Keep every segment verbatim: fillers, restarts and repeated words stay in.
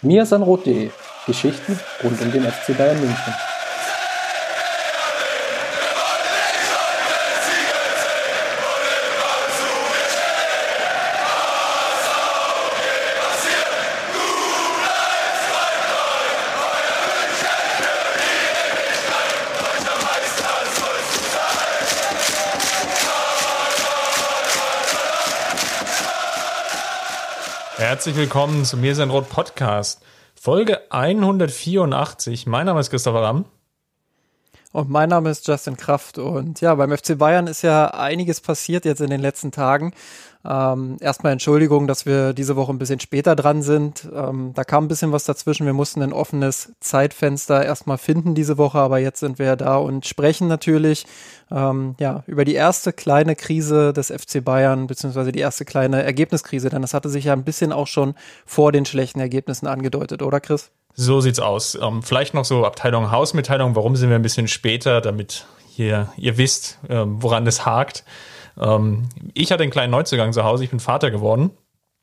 mirsanrot punkt de. Geschichten rund um den F C Bayern München. Herzlich willkommen zum mirsanrot Podcast, Folge hundertvierundachtzig. Mein Name ist Christopher Ramm. Und mein Name ist Justin Kraft. Und ja, beim F C Bayern ist ja einiges passiert jetzt in den letzten Tagen. Ähm, erstmal Entschuldigung, dass wir diese Woche ein bisschen später dran sind. Ähm, da kam ein bisschen was dazwischen. Wir mussten ein offenes Zeitfenster erstmal finden diese Woche, aber jetzt sind wir da und sprechen natürlich ähm, ja, über die erste kleine Krise des F C Bayern, beziehungsweise die erste kleine Ergebniskrise, denn das hatte sich ja ein bisschen auch schon vor den schlechten Ergebnissen angedeutet, oder Chris? So sieht's aus. Ähm, vielleicht noch so Abteilung Hausmitteilung. Warum sind wir ein bisschen später, damit hier, ihr wisst, ähm, woran es hakt. Ähm, ich hatte einen kleinen Neuzugang zu Hause. Ich bin Vater geworden.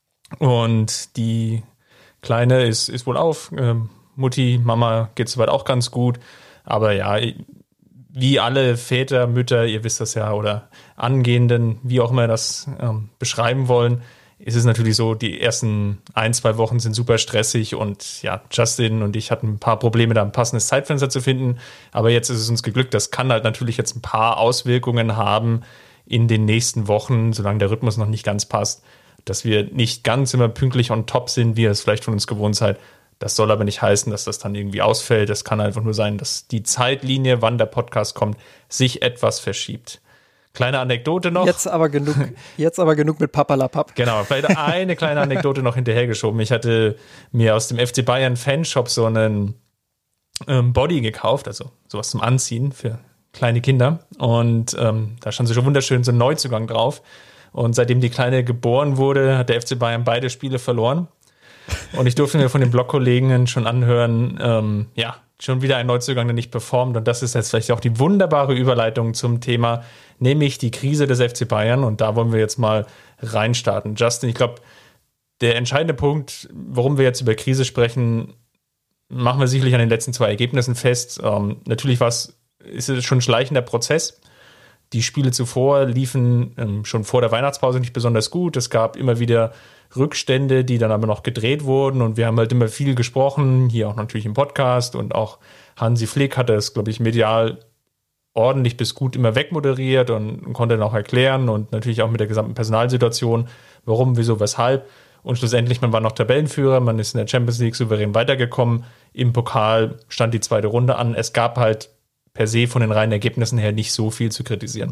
Und die Kleine ist, ist wohl auf. Ähm, Mutti, Mama geht soweit auch ganz gut. Aber ja, wie alle Väter, Mütter, ihr wisst das ja, oder Angehenden, wie auch immer das ähm, beschreiben wollen, ist es natürlich so, die ersten ein, zwei Wochen sind super stressig und ja, Justin und ich hatten ein paar Probleme, da ein passendes Zeitfenster zu finden, aber jetzt ist es uns geglückt. Das kann halt natürlich jetzt ein paar Auswirkungen haben in den nächsten Wochen, solange der Rhythmus noch nicht ganz passt, dass wir nicht ganz immer pünktlich on top sind, wie ihr es vielleicht von uns gewohnt seid. Das soll aber nicht heißen, dass das dann irgendwie ausfällt. Das kann einfach nur sein, dass die Zeitlinie, wann der Podcast kommt, sich etwas verschiebt. Kleine Anekdote noch. Jetzt aber genug, jetzt aber genug mit Papalapap. Genau, vielleicht eine kleine Anekdote noch hinterhergeschoben. Ich hatte mir aus dem F C Bayern Fanshop so einen ähm, Body gekauft, also sowas zum Anziehen für kleine Kinder. Und ähm, da stand so schon wunderschön so ein Neuzugang drauf. Und seitdem die Kleine geboren wurde, hat der F C Bayern beide Spiele verloren. Und ich durfte mir von den Blogkollegen schon anhören, ähm, ja, schon wieder ein Neuzugang, der nicht performt. Und das ist jetzt vielleicht auch die wunderbare Überleitung zum Thema, nämlich die Krise des F C Bayern. Und da wollen wir jetzt mal reinstarten. Justin, ich glaube, der entscheidende Punkt, warum wir jetzt über Krise sprechen, machen wir sicherlich an den letzten zwei Ergebnissen fest. Ähm, natürlich war es, ist es schon ein schleichender Prozess. Die Spiele zuvor liefen ähm, schon vor der Weihnachtspause nicht besonders gut. Es gab immer wieder Rückstände, die dann aber noch gedreht wurden. Und wir haben halt immer viel gesprochen, hier auch natürlich im Podcast. Und auch Hansi Flick hatte es, glaube ich, medial ordentlich bis gut immer wegmoderiert und konnte dann auch erklären und natürlich auch mit der gesamten Personalsituation, warum, wieso, weshalb. Und schlussendlich, man war noch Tabellenführer, man ist in der Champions League souverän weitergekommen. Im Pokal stand die zweite Runde an. Es gab halt per se von den reinen Ergebnissen her nicht so viel zu kritisieren.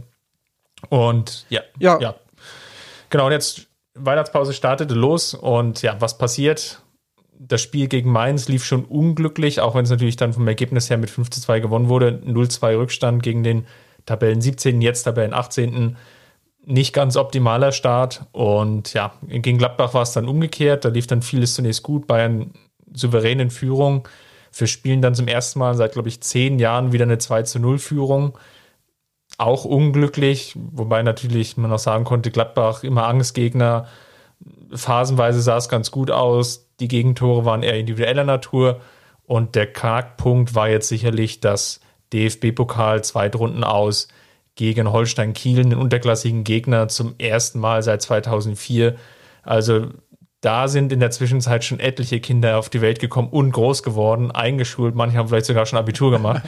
Und ja, ja. ja. Genau, und jetzt Weihnachtspause startete los und ja, was passiert? Das Spiel gegen Mainz lief schon unglücklich, auch wenn es natürlich dann vom Ergebnis her mit fünf zu zwei gewonnen wurde. null zu zwei Rückstand gegen den Tabellen siebzehnten, jetzt Tabellen achtzehnten Nicht ganz optimaler Start. Und ja, gegen Gladbach war es dann umgekehrt. Da lief dann vieles zunächst gut. Bayern souverän in Führung. Wir spielen dann zum ersten Mal seit, glaube ich, zehn Jahren wieder eine zwei zu null Führung. Auch unglücklich, wobei natürlich man auch sagen konnte, Gladbach immer Angstgegner. Phasenweise sah es ganz gut aus. Die Gegentore waren eher individueller Natur. Und der Knackpunkt war jetzt sicherlich das D F B-Pokal Zweitrunden aus gegen Holstein Kiel, den unterklassigen Gegner, zum ersten Mal seit zweitausendvier. Also da sind in der Zwischenzeit schon etliche Kinder auf die Welt gekommen und groß geworden, eingeschult. Manche haben vielleicht sogar schon Abitur gemacht.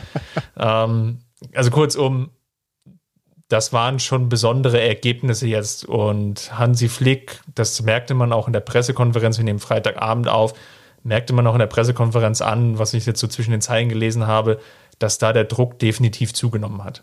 ähm, also kurzum, das waren schon besondere Ergebnisse jetzt. Und Hansi Flick, das merkte man auch in der Pressekonferenz, wir nehmen Freitagabend auf, merkte man auch in der Pressekonferenz an, was ich jetzt so zwischen den Zeilen gelesen habe, dass da der Druck definitiv zugenommen hat.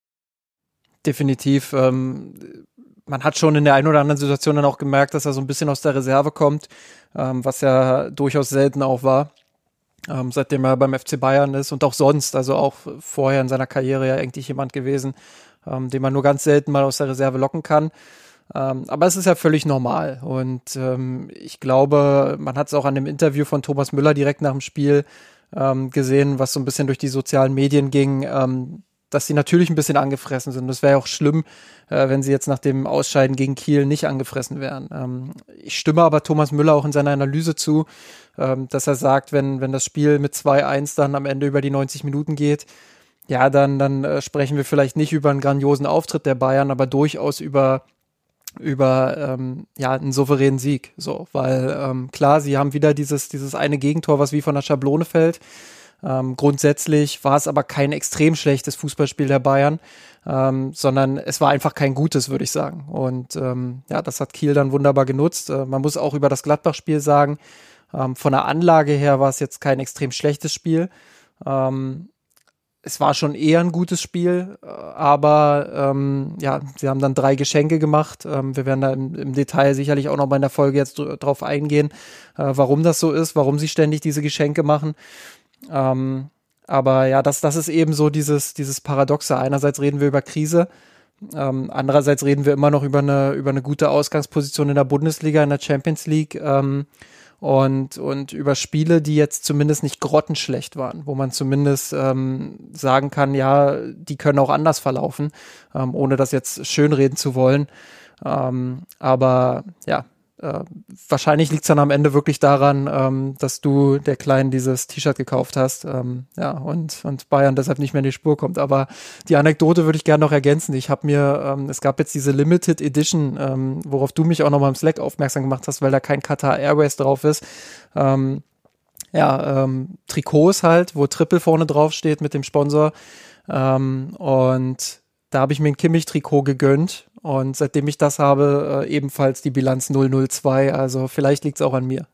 Definitiv. Ähm, man hat schon in der einen oder anderen Situation dann auch gemerkt, dass er so ein bisschen aus der Reserve kommt, ähm, was ja durchaus selten auch war, ähm, seitdem er beim F C Bayern ist und auch sonst, also auch vorher in seiner Karriere ja eigentlich jemand gewesen, ähm, den man nur ganz selten mal aus der Reserve locken kann. Ähm, aber es ist ja völlig normal und ähm, ich glaube, man hat es auch an dem Interview von Thomas Müller direkt nach dem Spiel ähm, gesehen, was so ein bisschen durch die sozialen Medien ging. Ähm, dass sie natürlich ein bisschen angefressen sind. Das wäre ja auch schlimm, äh, wenn sie jetzt nach dem Ausscheiden gegen Kiel nicht angefressen wären. Ähm, ich stimme aber Thomas Müller auch in seiner Analyse zu, ähm, dass er sagt, wenn, wenn das Spiel mit zwei eins dann am Ende über die neunzig Minuten geht, ja, dann, dann äh, sprechen wir vielleicht nicht über einen grandiosen Auftritt der Bayern, aber durchaus über über ähm, ja einen souveränen Sieg. So, weil ähm, klar, sie haben wieder dieses, dieses eine Gegentor, was wie von der Schablone fällt. Ähm, grundsätzlich war es aber kein extrem schlechtes Fußballspiel der Bayern, ähm, sondern es war einfach kein gutes, würde ich sagen. Und ähm, ja, das hat Kiel dann wunderbar genutzt. Äh, man muss auch über das Gladbach-Spiel sagen, ähm, von der Anlage her war es jetzt kein extrem schlechtes Spiel. Ähm, es war schon eher ein gutes Spiel, aber ähm, ja, sie haben dann drei Geschenke gemacht. Ähm, wir werden da im, im Detail sicherlich auch noch mal in der Folge jetzt dr- drauf eingehen, äh, warum das so ist, warum sie ständig diese Geschenke machen. Ähm, aber ja, das, das ist eben so dieses, dieses Paradoxe. Einerseits reden wir über Krise, ähm, andererseits reden wir immer noch über eine, über eine gute Ausgangsposition in der Bundesliga, in der Champions League ähm, und, und über Spiele, die jetzt zumindest nicht grottenschlecht waren, wo man zumindest ähm, sagen kann, ja, die können auch anders verlaufen, ähm, ohne das jetzt schönreden zu wollen. Ähm, aber ja, Äh, wahrscheinlich liegt es dann am Ende wirklich daran, ähm, dass du der Kleinen dieses T-Shirt gekauft hast, ähm, ja, und, und Bayern deshalb nicht mehr in die Spur kommt. Aber die Anekdote würde ich gerne noch ergänzen. Ich habe mir, ähm, es gab jetzt diese Limited Edition, ähm, worauf du mich auch nochmal im Slack aufmerksam gemacht hast, weil da kein Qatar Airways drauf ist. Ähm, ja, ähm, Trikots halt, wo Triple vorne drauf steht mit dem Sponsor. Ähm, und da habe ich mir ein Kimmich-Trikot gegönnt. Und seitdem ich das habe, äh, ebenfalls die Bilanz null null zwei. Also vielleicht liegt es auch an mir.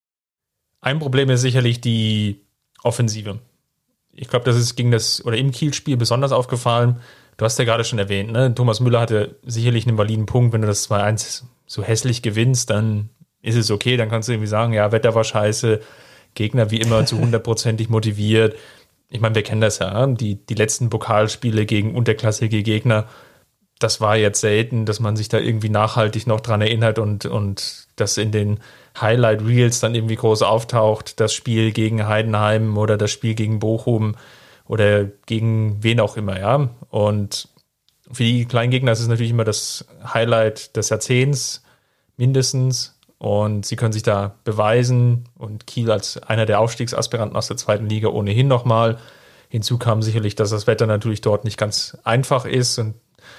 Ein Problem ist sicherlich die Offensive. Ich glaube, das ist gegen das oder im Kiel-Spiel besonders aufgefallen. Du hast ja gerade schon erwähnt, ne? Thomas Müller hatte sicherlich einen validen Punkt. Wenn du das zwei eins so hässlich gewinnst, dann ist es okay. Dann kannst du irgendwie sagen, ja, Wetter war scheiße, Gegner wie immer zu hundertprozentig motiviert. Ich meine, wir kennen das ja. Die, die letzten Pokalspiele gegen unterklassige Gegner, das war jetzt selten, dass man sich da irgendwie nachhaltig noch dran erinnert und, und das in den Highlight-Reels dann irgendwie groß auftaucht, das Spiel gegen Heidenheim oder das Spiel gegen Bochum oder gegen wen auch immer, ja. Und für die kleinen Gegner ist es natürlich immer das Highlight des Jahrzehnts mindestens und sie können sich da beweisen und Kiel als einer der Aufstiegsaspiranten aus der zweiten Liga ohnehin nochmal. Hinzu kam sicherlich, dass das Wetter natürlich dort nicht ganz einfach ist und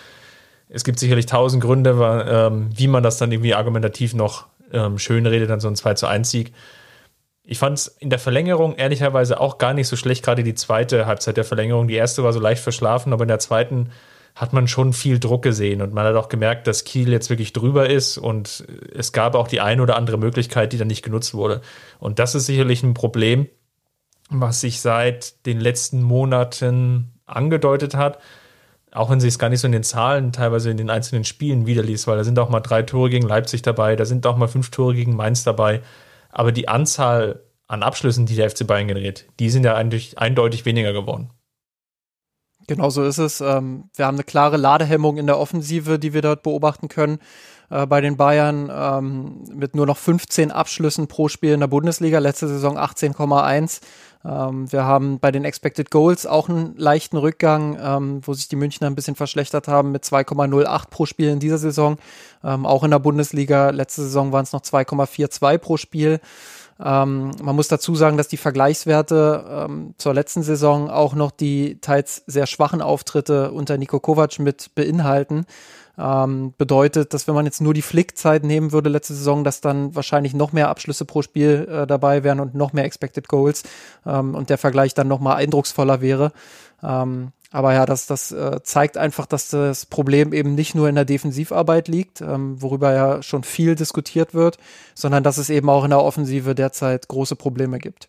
es gibt sicherlich tausend Gründe, wie man das dann irgendwie argumentativ noch schön redet, dann so ein zwei zu eins Sieg. Ich fand es in der Verlängerung ehrlicherweise auch gar nicht so schlecht, gerade die zweite Halbzeit der Verlängerung. Die erste war so leicht verschlafen, aber in der zweiten hat man schon viel Druck gesehen und man hat auch gemerkt, dass Kiel jetzt wirklich drüber ist und es gab auch die eine oder andere Möglichkeit, die dann nicht genutzt wurde. Und das ist sicherlich ein Problem, was sich seit den letzten Monaten angedeutet hat. Auch wenn sie es gar nicht so in den Zahlen, teilweise in den einzelnen Spielen wiederliest, weil da sind auch mal drei Tore gegen Leipzig dabei, da sind auch mal fünf Tore gegen Mainz dabei. Aber die Anzahl an Abschlüssen, die der F C Bayern generiert, die sind ja eindeutig, eindeutig weniger geworden. Genau so ist es. Ähm, wir haben eine klare Ladehemmung in der Offensive, die wir dort beobachten können äh, bei den Bayern ähm, mit nur noch fünfzehn Abschlüssen pro Spiel in der Bundesliga, letzte Saison achtzehn Komma eins. Ähm, wir haben bei den Expected Goals auch einen leichten Rückgang, ähm, wo sich die Münchner ein bisschen verschlechtert haben mit zwei Komma null acht pro Spiel in dieser Saison. Ähm, auch in der Bundesliga, letzte Saison waren es noch zwei Komma zweiundvierzig pro Spiel. Ähm, man muss dazu sagen, dass die Vergleichswerte ähm, zur letzten Saison auch noch die teils sehr schwachen Auftritte unter Niko Kovac mit beinhalten. Ähm, bedeutet, dass wenn man jetzt nur die Flickzeit nehmen würde letzte Saison, dass dann wahrscheinlich noch mehr Abschlüsse pro Spiel äh, dabei wären und noch mehr Expected Goals ähm, und der Vergleich dann noch mal eindrucksvoller wäre. Ähm, aber ja, das, das äh, zeigt einfach, dass das Problem eben nicht nur in der Defensivarbeit liegt, ähm, worüber ja schon viel diskutiert wird, sondern dass es eben auch in der Offensive derzeit große Probleme gibt.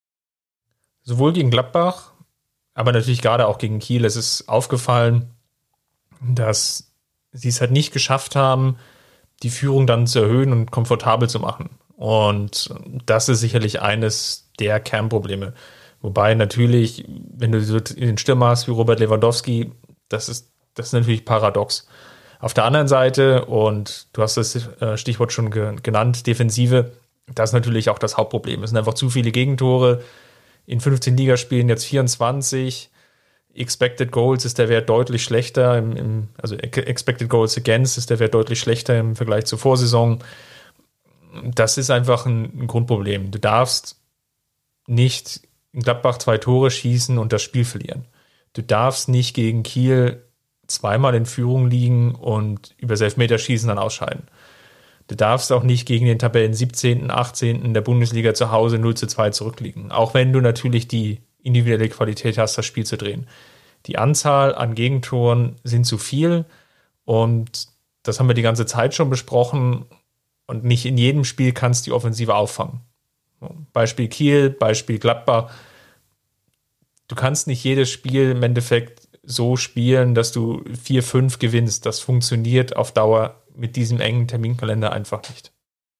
Sowohl gegen Gladbach, aber natürlich gerade auch gegen Kiel. Es ist aufgefallen, dass sie es halt nicht geschafft haben, die Führung dann zu erhöhen und komfortabel zu machen. Und das ist sicherlich eines der Kernprobleme. Wobei natürlich, wenn du so den Stürmer hast wie Robert Lewandowski, das ist, das ist natürlich paradox. Auf der anderen Seite, und du hast das Stichwort schon genannt, Defensive, das ist natürlich auch das Hauptproblem. Es sind einfach zu viele Gegentore. In fünfzehn Ligaspielen jetzt vierundzwanzig. Expected Goals ist der Wert deutlich schlechter, im, im, also Expected Goals Against ist der Wert deutlich schlechter im Vergleich zur Vorsaison. Das ist einfach ein, ein Grundproblem. Du darfst nicht in Gladbach zwei Tore schießen und das Spiel verlieren. Du darfst nicht gegen Kiel zweimal in Führung liegen und übers Elfmeterschießen dann ausscheiden. Du darfst auch nicht gegen den Tabellen siebzehnten, achtzehnten der Bundesliga zu Hause null zu zwei zurückliegen. Auch wenn du natürlich die individuelle Qualität hast, das Spiel zu drehen. Die Anzahl an Gegentoren sind zu viel und das haben wir die ganze Zeit schon besprochen und nicht in jedem Spiel kannst du die Offensive auffangen. Beispiel Kiel, Beispiel Gladbach. Du kannst nicht jedes Spiel im Endeffekt so spielen, dass du vier fünf gewinnst. Das funktioniert auf Dauer mit diesem engen Terminkalender einfach nicht.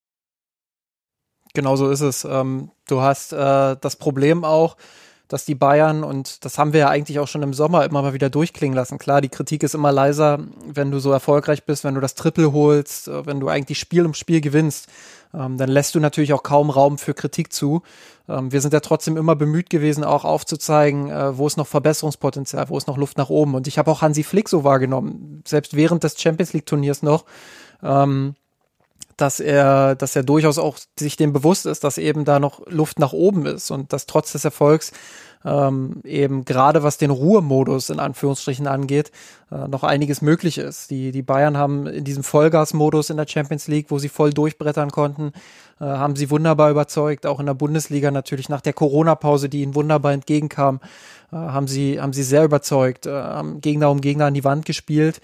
Genau so ist es. Ähm, du hast äh, das Problem auch, dass die Bayern, und das haben wir ja eigentlich auch schon im Sommer immer mal wieder durchklingen lassen. Klar, die Kritik ist immer leiser, wenn du so erfolgreich bist, wenn du das Triple holst, wenn du eigentlich Spiel um Spiel gewinnst, ähm, dann lässt du natürlich auch kaum Raum für Kritik zu. Ähm, wir sind ja trotzdem immer bemüht gewesen, auch aufzuzeigen, äh, wo ist noch Verbesserungspotenzial, wo ist noch Luft nach oben. Und ich habe auch Hansi Flick so wahrgenommen, selbst während des Champions-League-Turniers noch, ähm, dass er, dass er durchaus auch sich dem bewusst ist, dass eben da noch Luft nach oben ist und dass trotz des Erfolgs ähm, eben gerade was den Ruhemodus in Anführungsstrichen angeht, äh, noch einiges möglich ist. Die, die Bayern haben in diesem Vollgasmodus in der Champions League, wo sie voll durchbrettern konnten, äh, haben sie wunderbar überzeugt, auch in der Bundesliga natürlich nach der Corona-Pause, die ihnen wunderbar entgegenkam, äh, haben sie, haben sie sehr überzeugt, äh, haben Gegner um Gegner an die Wand gespielt.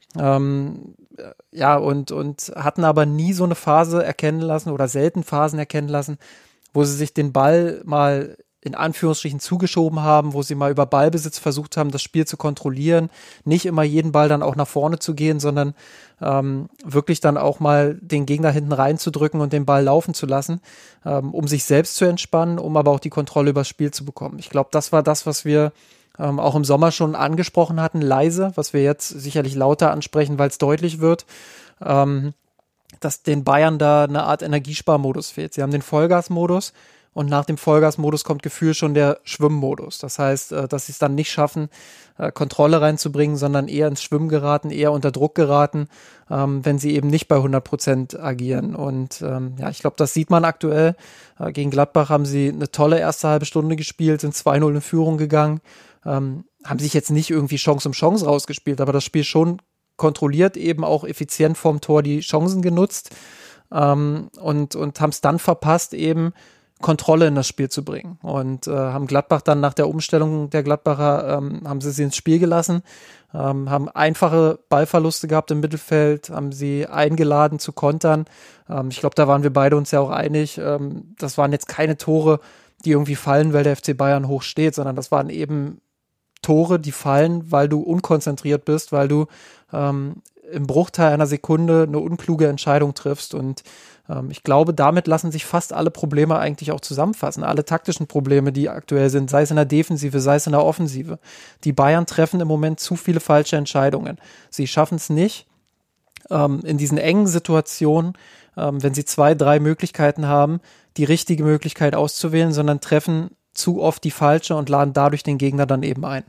Ähm, ja, und, und hatten aber nie so eine Phase erkennen lassen oder selten Phasen erkennen lassen, wo sie sich den Ball mal in Anführungsstrichen zugeschoben haben, wo sie mal über Ballbesitz versucht haben, das Spiel zu kontrollieren, nicht immer jeden Ball dann auch nach vorne zu gehen, sondern ähm, wirklich dann auch mal den Gegner hinten reinzudrücken und den Ball laufen zu lassen, ähm, um sich selbst zu entspannen, um aber auch die Kontrolle über das Spiel zu bekommen. Ich glaube, das war das, was wir Ähm, auch im Sommer schon angesprochen hatten, leise, was wir jetzt sicherlich lauter ansprechen, weil es deutlich wird, ähm, dass den Bayern da eine Art Energiesparmodus fehlt. Sie haben den Vollgasmodus und nach dem Vollgasmodus kommt gefühlt schon der Schwimmmodus. Das heißt, äh, dass sie es dann nicht schaffen, äh, Kontrolle reinzubringen, sondern eher ins Schwimmen geraten, eher unter Druck geraten, ähm, wenn sie eben nicht bei hundert Prozent agieren. Und ähm, ja, ich glaube, das sieht man aktuell. Äh, gegen Gladbach haben sie eine tolle erste halbe Stunde gespielt, sind zwei null in Führung gegangen. Ähm, haben sich jetzt nicht irgendwie Chance um Chance rausgespielt, aber das Spiel schon kontrolliert, eben auch effizient vorm Tor die Chancen genutzt ähm, und, und haben es dann verpasst, eben Kontrolle in das Spiel zu bringen. Und äh, haben Gladbach dann nach der Umstellung der Gladbacher, ähm, haben sie sie ins Spiel gelassen, ähm, haben einfache Ballverluste gehabt im Mittelfeld, haben sie eingeladen zu kontern. Ähm, ich glaube, da waren wir beide uns ja auch einig. Ähm, das waren jetzt keine Tore, die irgendwie fallen, weil der F C Bayern hoch steht, sondern das waren eben Tore, die fallen, weil du unkonzentriert bist, weil du ähm, im Bruchteil einer Sekunde eine unkluge Entscheidung triffst. Und ähm, ich glaube, damit lassen sich fast alle Probleme eigentlich auch zusammenfassen. Alle taktischen Probleme, die aktuell sind, sei es in der Defensive, sei es in der Offensive. Die Bayern treffen im Moment zu viele falsche Entscheidungen. Sie schaffen es nicht, ähm, in diesen engen Situationen, ähm, wenn sie zwei, drei Möglichkeiten haben, die richtige Möglichkeit auszuwählen, sondern treffen zu oft die falsche und laden dadurch den Gegner dann eben ein.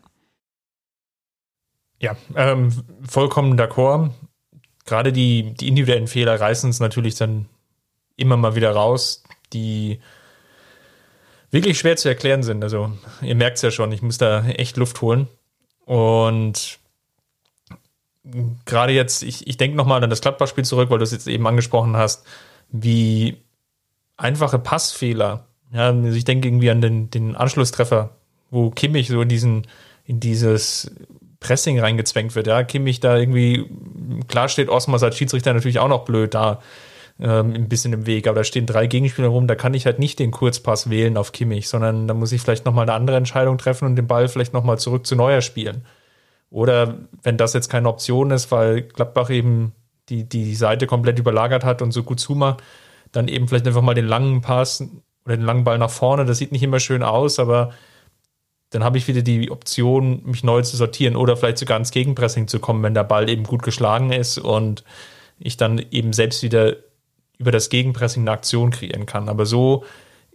Ja, ähm, vollkommen d'accord. Gerade die, die individuellen Fehler reißen es natürlich dann immer mal wieder raus, die wirklich schwer zu erklären sind. Also ihr merkt es ja schon, ich muss da echt Luft holen. Und gerade jetzt, ich, ich denke nochmal an das Gladbach-Spiel zurück, weil du es jetzt eben angesprochen hast, wie einfache Passfehler. Ja, also ich denke irgendwie an den, den Anschlusstreffer, wo Kimmich so in diesen, in dieses Pressing reingezwängt wird. Ja, Kimmich da irgendwie, klar steht Osmar als Schiedsrichter natürlich auch noch blöd da, ähm, ein bisschen im Weg, aber da stehen drei Gegenspieler rum, da kann ich halt nicht den Kurzpass wählen auf Kimmich, sondern da muss ich vielleicht nochmal eine andere Entscheidung treffen und den Ball vielleicht nochmal zurück zu Neuer spielen. Oder wenn das jetzt keine Option ist, weil Gladbach eben die, die Seite komplett überlagert hat und so gut zumacht, dann eben vielleicht einfach mal den langen Pass oder den langen Ball nach vorne, das sieht nicht immer schön aus, aber dann habe ich wieder die Option, mich neu zu sortieren oder vielleicht sogar ins Gegenpressing zu kommen, wenn der Ball eben gut geschlagen ist und ich dann eben selbst wieder über das Gegenpressing eine Aktion kreieren kann. Aber so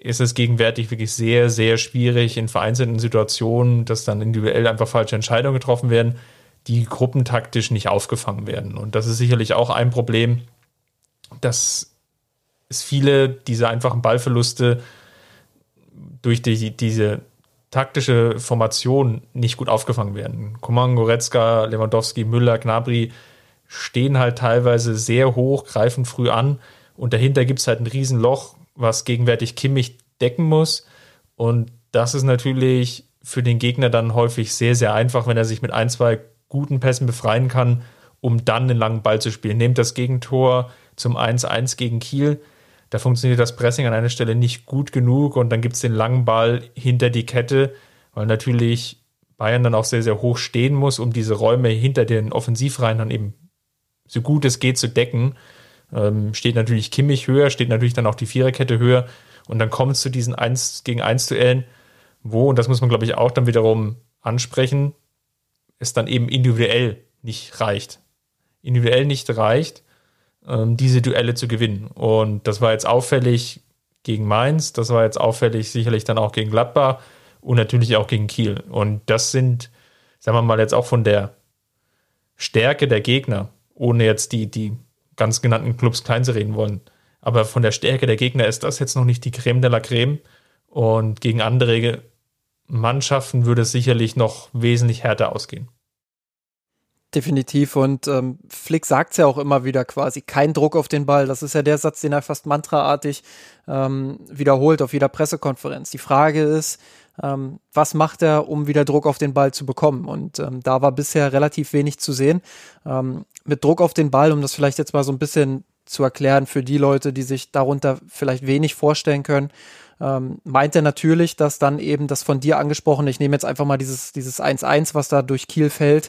ist es gegenwärtig wirklich sehr, sehr schwierig in vereinzelten Situationen, dass dann individuell einfach falsche Entscheidungen getroffen werden, die gruppentaktisch nicht aufgefangen werden. Und das ist sicherlich auch ein Problem, dass es viele dieser einfachen Ballverluste durch die, diese taktische Formation nicht gut aufgefangen werden. Coman, Goretzka, Lewandowski, Müller, Gnabry stehen halt teilweise sehr hoch, greifen früh an und dahinter gibt es halt ein Riesenloch, was gegenwärtig Kimmich decken muss. Und das ist natürlich für den Gegner dann häufig sehr, sehr einfach, wenn er sich mit ein, zwei guten Pässen befreien kann, um dann einen langen Ball zu spielen. Nehmt das Gegentor zum eins eins gegen Kiel. Da funktioniert das Pressing an einer Stelle nicht gut genug und dann gibt es den langen Ball hinter die Kette, weil natürlich Bayern dann auch sehr, sehr hoch stehen muss, um diese Räume hinter den Offensivreihen dann eben so gut es geht zu decken. Ähm, steht natürlich Kimmich höher, steht natürlich dann auch die Viererkette höher und dann kommt es zu diesen eins gegen eins Duellen, wo, und das muss man glaube ich auch dann wiederum ansprechen, es dann eben individuell nicht reicht. Individuell nicht reicht, ähm, diese Duelle zu gewinnen. Und das war jetzt auffällig gegen Mainz, das war jetzt auffällig sicherlich dann auch gegen Gladbach und natürlich auch gegen Kiel. Und das sind, sagen wir mal jetzt auch von der Stärke der Gegner, ohne jetzt die, die ganz genannten Clubs klein zu reden wollen, aber von der Stärke der Gegner ist das jetzt noch nicht die Creme de la Creme. Und gegen andere Mannschaften würde es sicherlich noch wesentlich härter ausgehen. Definitiv und ähm, Flick sagt es ja auch immer wieder quasi, kein Druck auf den Ball. Das ist ja der Satz, den er fast mantraartig ähm, wiederholt auf jeder Pressekonferenz. Die Frage ist, ähm, was macht er, um wieder Druck auf den Ball zu bekommen? Und ähm, da war bisher relativ wenig zu sehen. Ähm, mit Druck auf den Ball, um das vielleicht jetzt mal so ein bisschen zu erklären für die Leute, die sich darunter vielleicht wenig vorstellen können, ähm, meint er natürlich, dass dann eben das von dir angesprochene, ich nehme jetzt einfach mal dieses, dieses eins eins, was da durch Kiel fällt,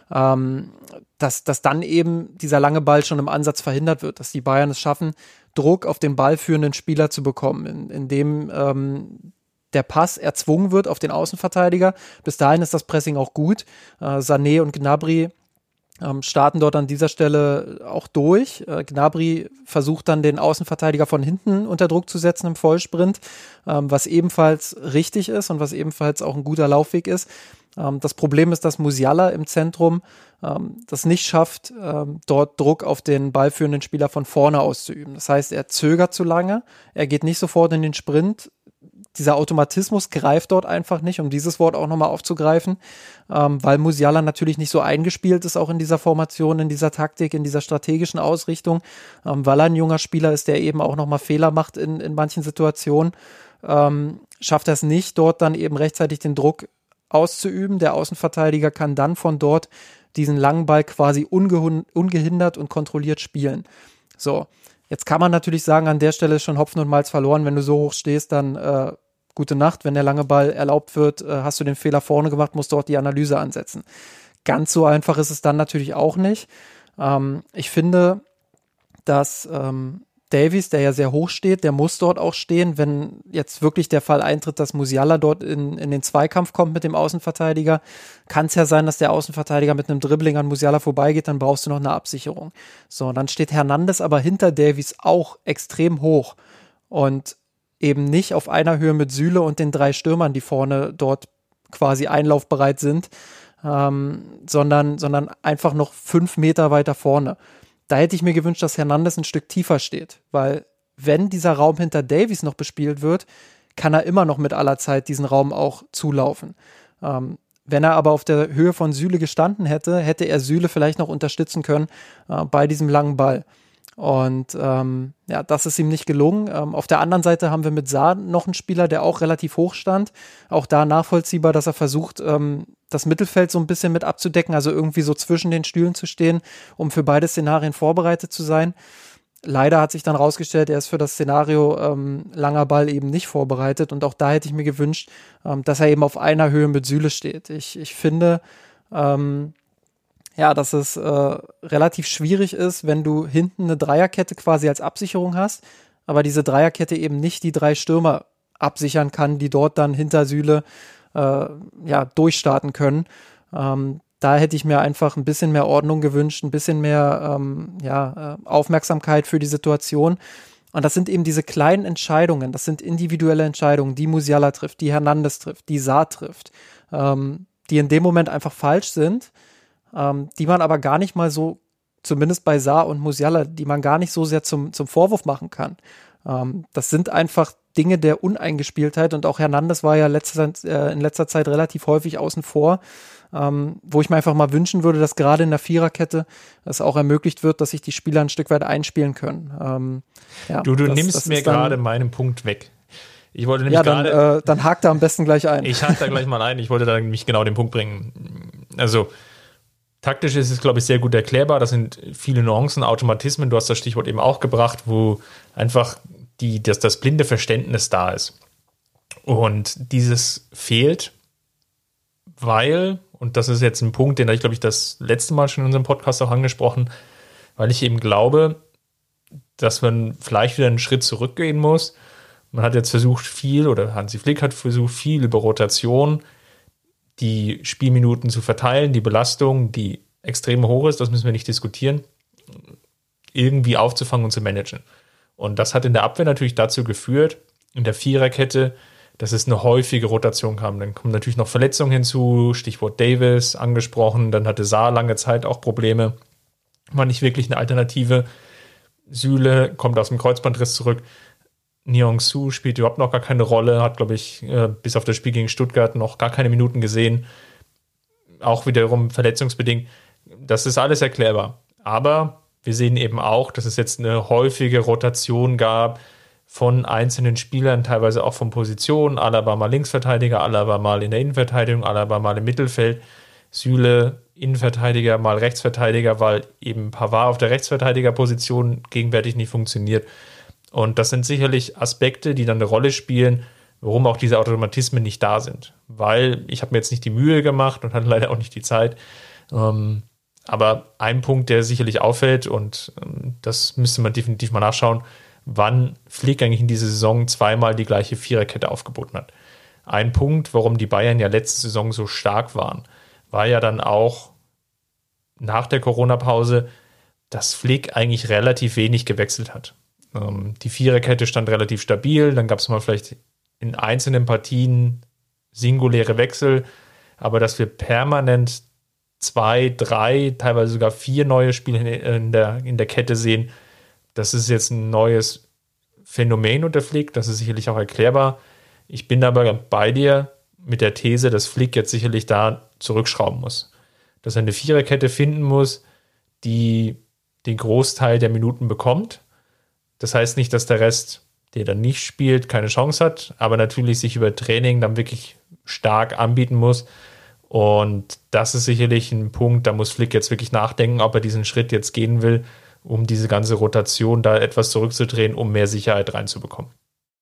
Ähm, dass, dass dann eben dieser lange Ball schon im Ansatz verhindert wird, dass die Bayern es schaffen, Druck auf den Ball führenden Spieler zu bekommen, in, indem ähm, der Pass erzwungen wird auf den Außenverteidiger. Bis dahin ist das Pressing auch gut. Äh, Sané und Gnabry ähm, starten dort an dieser Stelle auch durch. Äh, Gnabry versucht dann den Außenverteidiger von hinten unter Druck zu setzen im Vollsprint, ähm, was ebenfalls richtig ist und was ebenfalls auch ein guter Laufweg ist. Das Problem ist, dass Musiala im Zentrum ähm, das nicht schafft, ähm, dort Druck auf den ballführenden Spieler von vorne auszuüben. Das heißt, er zögert zu lange, er geht nicht sofort in den Sprint. Dieser Automatismus greift dort einfach nicht, um dieses Wort auch nochmal aufzugreifen, ähm, weil Musiala natürlich nicht so eingespielt ist, auch in dieser Formation, in dieser Taktik, in dieser strategischen Ausrichtung, ähm, weil er ein junger Spieler ist, der eben auch nochmal Fehler macht in, in manchen Situationen, ähm, schafft er es nicht, dort dann eben rechtzeitig den Druck auszuüben. Der Außenverteidiger kann dann von dort diesen langen Ball quasi ungehun- ungehindert und kontrolliert spielen. So, jetzt kann man natürlich sagen, an der Stelle ist schon Hopfen und Malz verloren. Wenn du so hoch stehst, dann äh, gute Nacht. Wenn der lange Ball erlaubt wird, äh, hast du den Fehler vorne gemacht, musst dort die Analyse ansetzen. Ganz so einfach ist es dann natürlich auch nicht. Ähm, ich finde, dass ähm, Davies, der ja sehr hoch steht, der muss dort auch stehen, wenn jetzt wirklich der Fall eintritt, dass Musiala dort in, in den Zweikampf kommt mit dem Außenverteidiger, kann es ja sein, dass der Außenverteidiger mit einem Dribbling an Musiala vorbeigeht, dann brauchst du noch eine Absicherung. So, dann steht Hernandez aber hinter Davies auch extrem hoch und eben nicht auf einer Höhe mit Süle und den drei Stürmern, die vorne dort quasi einlaufbereit sind, ähm, sondern, sondern einfach noch fünf Meter weiter vorne. Da hätte ich mir gewünscht, dass Hernandez ein Stück tiefer steht, weil wenn dieser Raum hinter Davies noch bespielt wird, kann er immer noch mit aller Zeit diesen Raum auch zulaufen. Ähm, wenn er aber auf der Höhe von Süle gestanden hätte, hätte er Süle vielleicht noch unterstützen können äh, bei diesem langen Ball. Und ähm, ja, das ist ihm nicht gelungen. Ähm, auf der anderen Seite haben wir mit Saar noch einen Spieler, der auch relativ hoch stand. Auch da nachvollziehbar, dass er versucht, ähm, das Mittelfeld so ein bisschen mit abzudecken, also irgendwie so zwischen den Stühlen zu stehen, um für beide Szenarien vorbereitet zu sein. Leider hat sich dann rausgestellt, er ist für das Szenario ähm, langer Ball eben nicht vorbereitet und auch da hätte ich mir gewünscht, ähm, dass er eben auf einer Höhe mit Süle steht. Ich, ich finde, ähm, ja, dass es äh, relativ schwierig ist, wenn du hinten eine Dreierkette quasi als Absicherung hast, aber diese Dreierkette eben nicht die drei Stürmer absichern kann, die dort dann hinter Süle äh, ja, durchstarten können. Ähm, da hätte ich mir einfach ein bisschen mehr Ordnung gewünscht, ein bisschen mehr ähm, ja, äh, Aufmerksamkeit für die Situation. Und das sind eben diese kleinen Entscheidungen, das sind individuelle Entscheidungen, die Musiala trifft, die Hernandez trifft, die Sarr trifft, ähm, die in dem Moment einfach falsch sind, ähm, die man aber gar nicht mal so, zumindest bei Sarr und Musiala, die man gar nicht so sehr zum, zum Vorwurf machen kann. Ähm, das sind einfach Dinge der Uneingespieltheit und auch Hernandez war ja letzte, äh, in letzter Zeit relativ häufig außen vor, ähm, wo ich mir einfach mal wünschen würde, dass gerade in der Viererkette es auch ermöglicht wird, dass sich die Spieler ein Stück weit einspielen können. Ähm, ja, du du das, nimmst das mir dann, gerade meinen Punkt weg. Ich wollte nämlich ja, dann, gerade, äh, dann hakt er am besten gleich ein. Ich hake da gleich mal ein. Ich wollte da nämlich genau den Punkt bringen. Also taktisch ist es, glaube ich, sehr gut erklärbar. Das sind viele Nuancen, Automatismen. Du hast das Stichwort eben auch gebracht, wo einfach die, dass das blinde Verständnis da ist. Und dieses fehlt, weil, und das ist jetzt ein Punkt, den habe ich, glaube ich, das letzte Mal schon in unserem Podcast auch angesprochen, weil ich eben glaube, dass man vielleicht wieder einen Schritt zurückgehen muss. Man hat jetzt versucht viel, oder Hansi Flick hat versucht, viel über Rotation die Spielminuten zu verteilen, die Belastung, die extrem hoch ist, das müssen wir nicht diskutieren, irgendwie aufzufangen und zu managen. Und das hat in der Abwehr natürlich dazu geführt, in der Viererkette, dass es eine häufige Rotation kam. Dann kommen natürlich noch Verletzungen hinzu, Stichwort Davis angesprochen, dann hatte Sarr lange Zeit auch Probleme, war nicht wirklich eine Alternative. Süle kommt aus dem Kreuzbandriss zurück. Niang-Su spielt überhaupt noch gar keine Rolle, hat, glaube ich, bis auf das Spiel gegen Stuttgart noch gar keine Minuten gesehen. Auch wiederum verletzungsbedingt. Das ist alles erklärbar. Aber wir sehen eben auch, dass es jetzt eine häufige Rotation gab von einzelnen Spielern, teilweise auch von Positionen. Alaba mal Linksverteidiger, Alaba mal in der Innenverteidigung, Alaba mal im Mittelfeld. Süle Innenverteidiger, mal Rechtsverteidiger, weil eben Pavard auf der Rechtsverteidigerposition gegenwärtig nicht funktioniert. Und das sind sicherlich Aspekte, die dann eine Rolle spielen, warum auch diese Automatismen nicht da sind. Weil ich habe mir jetzt nicht die Mühe gemacht und hatte leider auch nicht die Zeit. Ähm, aber ein Punkt, der sicherlich auffällt, und ähm, das müsste man definitiv mal nachschauen, wann Flick eigentlich in dieser Saison zweimal die gleiche Viererkette aufgeboten hat. Ein Punkt, warum die Bayern ja letzte Saison so stark waren, war ja dann auch nach der Corona-Pause, dass Flick eigentlich relativ wenig gewechselt hat. Die Viererkette stand relativ stabil, dann gab es mal vielleicht in einzelnen Partien singuläre Wechsel, aber dass wir permanent zwei, drei, teilweise sogar vier neue Spieler in der, in der Kette sehen, das ist jetzt ein neues Phänomen unter Flick, das ist sicherlich auch erklärbar. Ich bin aber bei dir mit der These, dass Flick jetzt sicherlich da zurückschrauben muss. Dass er eine Viererkette finden muss, die den Großteil der Minuten bekommt. Das heißt nicht, dass der Rest, der dann nicht spielt, keine Chance hat, aber natürlich sich über Training dann wirklich stark anbieten muss. Und das ist sicherlich ein Punkt, da muss Flick jetzt wirklich nachdenken, ob er diesen Schritt jetzt gehen will, um diese ganze Rotation da etwas zurückzudrehen, um mehr Sicherheit reinzubekommen.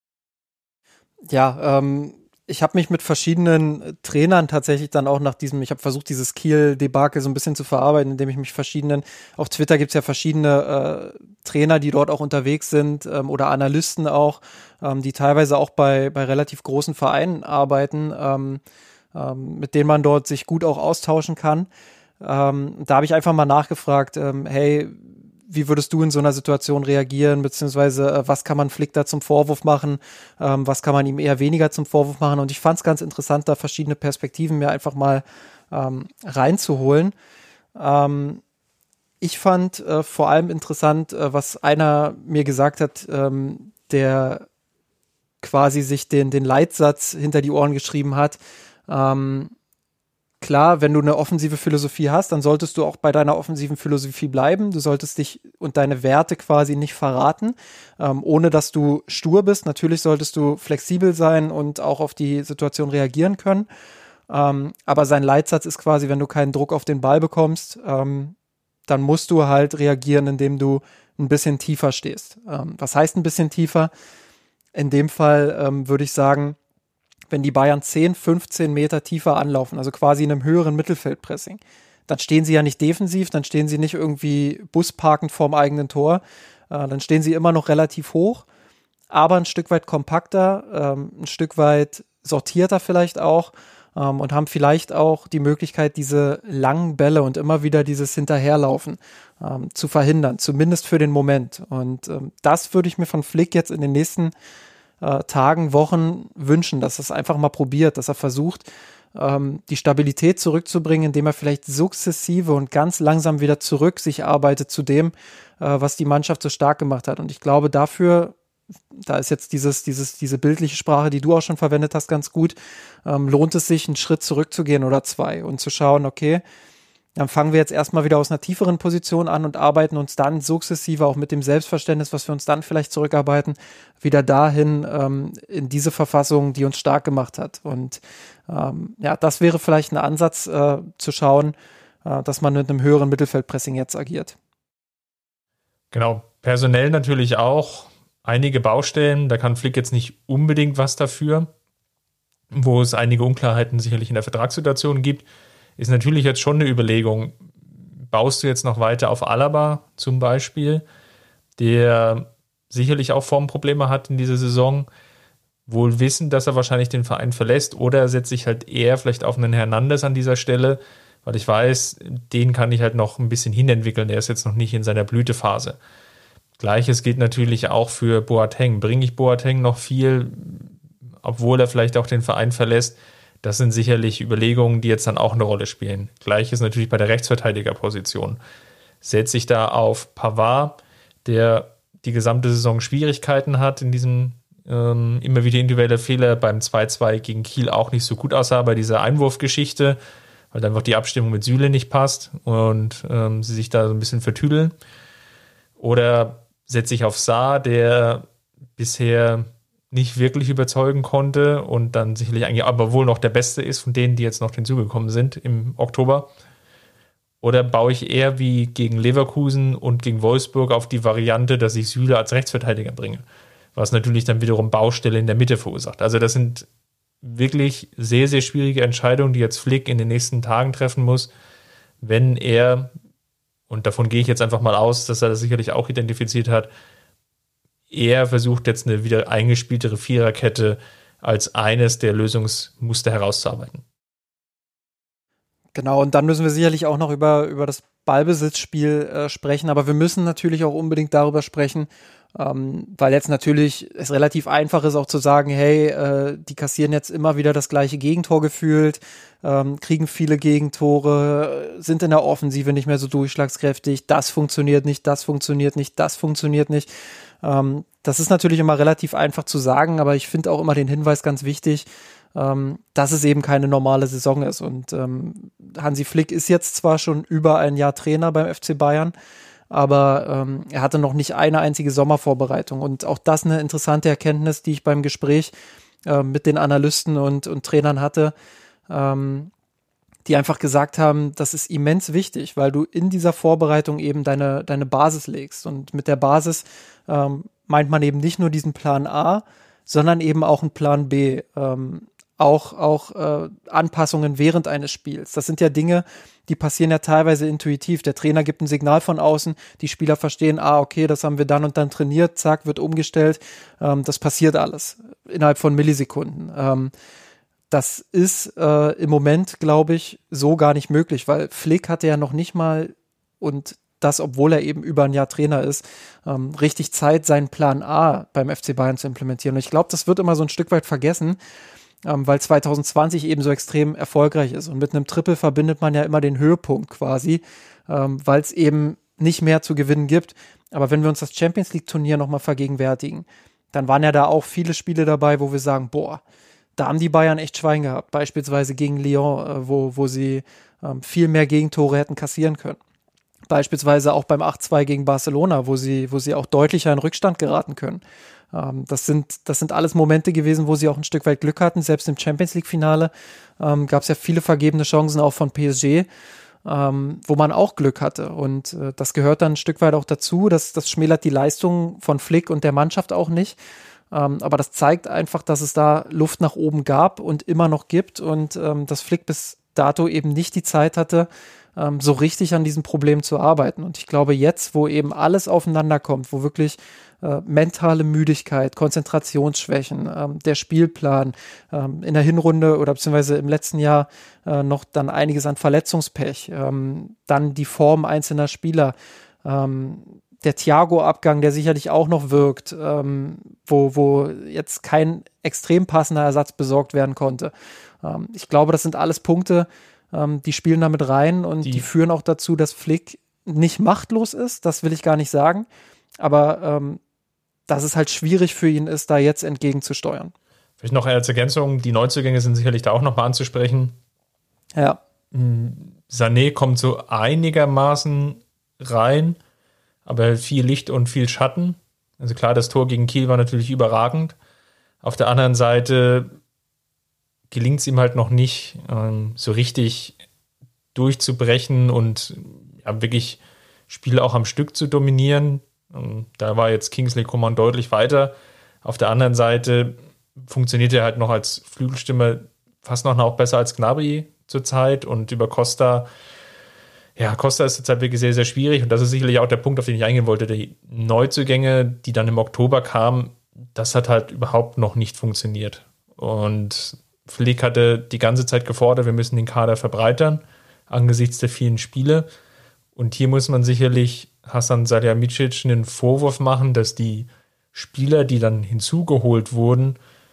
Ja, ähm, ich habe mich mit verschiedenen Trainern tatsächlich dann auch nach diesem, ich habe versucht, dieses Kiel-Debakel so ein bisschen zu verarbeiten, indem ich mich verschiedenen, auf Twitter gibt es ja verschiedene äh, Trainer, die dort auch unterwegs sind, ähm, oder Analysten auch, ähm, die teilweise auch bei, bei relativ großen Vereinen arbeiten, ähm, ähm, mit denen man dort sich gut auch austauschen kann. Ähm, da habe ich einfach mal nachgefragt, ähm, hey, wie würdest du in so einer Situation reagieren, beziehungsweise äh, was kann man Flick da zum Vorwurf machen, ähm, was kann man ihm eher weniger zum Vorwurf machen, und ich fand es ganz interessant, da verschiedene Perspektiven mir einfach mal ähm, reinzuholen. Ähm, ich fand äh, vor allem interessant, äh, was einer mir gesagt hat, ähm, der quasi sich den, den Leitsatz hinter die Ohren geschrieben hat. Ähm, Klar, wenn du eine offensive Philosophie hast, dann solltest du auch bei deiner offensiven Philosophie bleiben. Du solltest dich und deine Werte quasi nicht verraten, ähm, ohne dass du stur bist. Natürlich solltest du flexibel sein und auch auf die Situation reagieren können. Ähm, aber sein Leitsatz ist quasi, wenn du keinen Druck auf den Ball bekommst, ähm, dann musst du halt reagieren, indem du ein bisschen tiefer stehst. Ähm, was heißt ein bisschen tiefer? In dem Fall ähm, würde ich sagen, wenn die Bayern zehn, fünfzehn Meter tiefer anlaufen, also quasi in einem höheren Mittelfeldpressing, dann stehen sie ja nicht defensiv, dann stehen sie nicht irgendwie busparkend vorm eigenen Tor, äh, dann stehen sie immer noch relativ hoch, aber ein Stück weit kompakter, ähm, ein Stück weit sortierter vielleicht auch, ähm, und haben vielleicht auch die Möglichkeit, diese langen Bälle und immer wieder dieses Hinterherlaufen ähm, zu verhindern, zumindest für den Moment. Und ähm, das würde ich mir von Flick jetzt in den nächsten äh, Tagen, Wochen wünschen, dass er es einfach mal probiert, dass er versucht, ähm, die Stabilität zurückzubringen, indem er vielleicht sukzessive und ganz langsam wieder zurück sich arbeitet zu dem, äh, was die Mannschaft so stark gemacht hat. Und ich glaube, dafür, da ist jetzt dieses, dieses, diese bildliche Sprache, die du auch schon verwendet hast, ganz gut, ähm, lohnt es sich, einen Schritt zurückzugehen oder zwei und zu schauen, okay, dann fangen wir jetzt erstmal wieder aus einer tieferen Position an und arbeiten uns dann sukzessive auch mit dem Selbstverständnis, was wir uns dann vielleicht zurückarbeiten, wieder dahin ähm, in diese Verfassung, die uns stark gemacht hat. Und ähm, ja, das wäre vielleicht ein Ansatz, äh, zu schauen, äh, dass man mit einem höheren Mittelfeldpressing jetzt agiert. Genau, personell natürlich auch einige Baustellen, da kann Flick jetzt nicht unbedingt was dafür, wo es einige Unklarheiten sicherlich in der Vertragssituation gibt. Ist natürlich jetzt schon eine Überlegung, baust du jetzt noch weiter auf Alaba zum Beispiel, der sicherlich auch Formprobleme hat in dieser Saison, wohl wissend, dass er wahrscheinlich den Verein verlässt, oder setze ich halt eher vielleicht auf einen Hernandez an dieser Stelle, weil ich weiß, den kann ich halt noch ein bisschen hinentwickeln, der ist jetzt noch nicht in seiner Blütephase. Gleiches gilt natürlich auch für Boateng. Bringe ich Boateng noch viel, obwohl er vielleicht auch den Verein verlässt? Das sind sicherlich Überlegungen, die jetzt dann auch eine Rolle spielen. Gleiches natürlich bei der Rechtsverteidigerposition. Setze ich da auf Pavard, der die gesamte Saison Schwierigkeiten hat in diesem ähm, immer wieder individuelle Fehler, beim zwei zwei gegen Kiel auch nicht so gut aussah bei dieser Einwurfgeschichte, weil einfach die Abstimmung mit Süle nicht passt und ähm, sie sich da so ein bisschen vertüdeln. Oder setze ich auf Saar, der bisher nicht wirklich überzeugen konnte und dann sicherlich eigentlich aber wohl noch der Beste ist von denen, die jetzt noch hinzugekommen sind im Oktober. Oder baue ich eher wie gegen Leverkusen und gegen Wolfsburg auf die Variante, dass ich Süle als Rechtsverteidiger bringe, was natürlich dann wiederum Baustelle in der Mitte verursacht. Also das sind wirklich sehr, sehr schwierige Entscheidungen, die jetzt Flick in den nächsten Tagen treffen muss, wenn er, und davon gehe ich jetzt einfach mal aus, dass er das sicherlich auch identifiziert hat, er versucht jetzt eine wieder eingespieltere Viererkette als eines der Lösungsmuster herauszuarbeiten. Genau, und dann müssen wir sicherlich auch noch über, über das Ballbesitzspiel äh, sprechen, aber wir müssen natürlich auch unbedingt darüber sprechen, ähm, weil jetzt natürlich es relativ einfach ist, auch zu sagen, hey, äh, die kassieren jetzt immer wieder das gleiche Gegentor gefühlt, ähm, kriegen viele Gegentore, sind in der Offensive nicht mehr so durchschlagskräftig, das funktioniert nicht, das funktioniert nicht, das funktioniert nicht. Ähm, das ist natürlich immer relativ einfach zu sagen, aber ich finde auch immer den Hinweis ganz wichtig, ähm, dass es eben keine normale Saison ist. Und ähm, Hansi Flick ist jetzt zwar schon über ein Jahr Trainer beim F C Bayern, aber ähm, er hatte noch nicht eine einzige Sommervorbereitung. Und auch das eine interessante Erkenntnis, die ich beim Gespräch äh, mit den Analysten und, und Trainern hatte, ähm, die einfach gesagt haben, das ist immens wichtig, weil du in dieser Vorbereitung eben deine, deine Basis legst. Und mit der Basis ähm, meint man eben nicht nur diesen Plan A, sondern eben auch einen Plan B. Ähm, auch auch äh, Anpassungen während eines Spiels. Das sind ja Dinge, die passieren ja teilweise intuitiv. Der Trainer gibt ein Signal von außen, die Spieler verstehen, ah, okay, das haben wir dann und dann trainiert, zack, wird umgestellt. Ähm, das passiert alles innerhalb von Millisekunden. Ähm, Das ist äh, im Moment, glaube ich, so gar nicht möglich, weil Flick hatte ja noch nicht mal, und das, obwohl er eben über ein Jahr Trainer ist, ähm, richtig Zeit, seinen Plan A beim F C Bayern zu implementieren. Und ich glaube, das wird immer so ein Stück weit vergessen, ähm, weil zwanzig zwanzig eben so extrem erfolgreich ist. Und mit einem Triple verbindet man ja immer den Höhepunkt quasi, ähm, weil es eben nicht mehr zu gewinnen gibt. Aber wenn wir uns das Champions-League-Turnier nochmal vergegenwärtigen, dann waren ja da auch viele Spiele dabei, wo wir sagen, boah, da haben die Bayern echt Schwein gehabt, beispielsweise gegen Lyon, äh, wo, wo sie ähm, viel mehr Gegentore hätten kassieren können. Beispielsweise auch beim acht zwei gegen Barcelona, wo sie, wo sie auch deutlicher in Rückstand geraten können. Ähm, das sind, das sind alles Momente gewesen, wo sie auch ein Stück weit Glück hatten. Selbst im Champions-League-Finale ähm, gab es ja viele vergebene Chancen auch von P S G, ähm, wo man auch Glück hatte. Und äh, das gehört dann ein Stück weit auch dazu. Das, das schmälert die Leistung von Flick und der Mannschaft auch nicht. Ähm, aber das zeigt einfach, dass es da Luft nach oben gab und immer noch gibt und ähm, dass Flick bis dato eben nicht die Zeit hatte, ähm, so richtig an diesem Problem zu arbeiten. Und ich glaube jetzt, wo eben alles aufeinander kommt, wo wirklich äh, mentale Müdigkeit, Konzentrationsschwächen, ähm, der Spielplan, ähm, in der Hinrunde oder beziehungsweise im letzten Jahr äh, noch dann einiges an Verletzungspech, ähm, dann die Form einzelner Spieler, ähm, der Thiago-Abgang, der sicherlich auch noch wirkt, ähm, wo, wo jetzt kein extrem passender Ersatz besorgt werden konnte. Ähm, ich glaube, das sind alles Punkte, ähm, die spielen damit rein und die, die führen auch dazu, dass Flick nicht machtlos ist, das will ich gar nicht sagen, aber ähm, dass es halt schwierig für ihn ist, da jetzt entgegenzusteuern. Vielleicht noch als Ergänzung, die Neuzugänge sind sicherlich da auch nochmal anzusprechen. Ja. Sané kommt so einigermaßen rein, aber viel Licht und viel Schatten. Also klar, das Tor gegen Kiel war natürlich überragend. Auf der anderen Seite gelingt es ihm halt noch nicht, ähm, so richtig durchzubrechen und ja, wirklich Spiele auch am Stück zu dominieren. Ähm, da war jetzt Kingsley Coman deutlich weiter. Auf der anderen Seite funktioniert er halt noch als Flügelstimme fast noch auch besser als Gnabry zurzeit und über Costa. Ja, Costa ist zurzeit wirklich sehr, sehr schwierig und das ist sicherlich auch der Punkt, auf den ich eingehen wollte. Die Neuzugänge, die dann im Oktober kamen, das hat halt überhaupt noch nicht funktioniert. Und Flick hatte die ganze Zeit gefordert, wir müssen den Kader verbreitern, angesichts der vielen Spiele. Und hier muss man sicherlich Hasan Salihamidzic einen Vorwurf machen, dass die Spieler, die dann hinzugeholt wurden,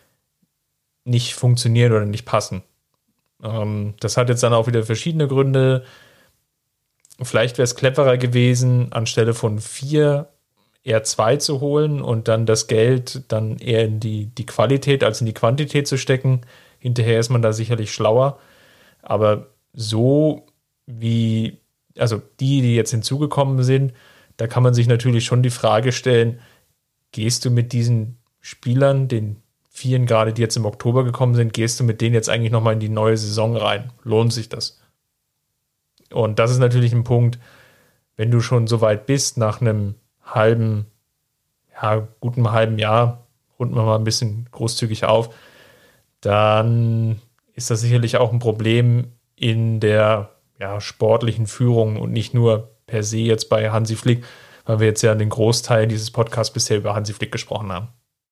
nicht funktionieren oder nicht passen. Ähm, das hat jetzt dann auch wieder verschiedene Gründe. Vielleicht wäre es cleverer gewesen, anstelle von vier eher zwei zu holen und dann das Geld dann eher in die, die Qualität als in die Quantität zu stecken. Hinterher ist man da sicherlich schlauer. Aber so wie, also die, die jetzt hinzugekommen sind, da kann man sich natürlich schon die Frage stellen, gehst du mit diesen Spielern, den Vieren gerade, die jetzt im Oktober gekommen sind, gehst du mit denen jetzt eigentlich nochmal in die neue Saison rein? Lohnt sich das? Und das ist natürlich ein Punkt, wenn du schon so weit bist, nach einem halben, ja, guten halben Jahr, runden wir mal ein bisschen großzügig auf, dann ist das sicherlich auch ein Problem in der ja, sportlichen Führung und nicht nur per se jetzt bei Hansi Flick, weil wir jetzt ja den Großteil dieses Podcasts bisher über Hansi Flick gesprochen haben.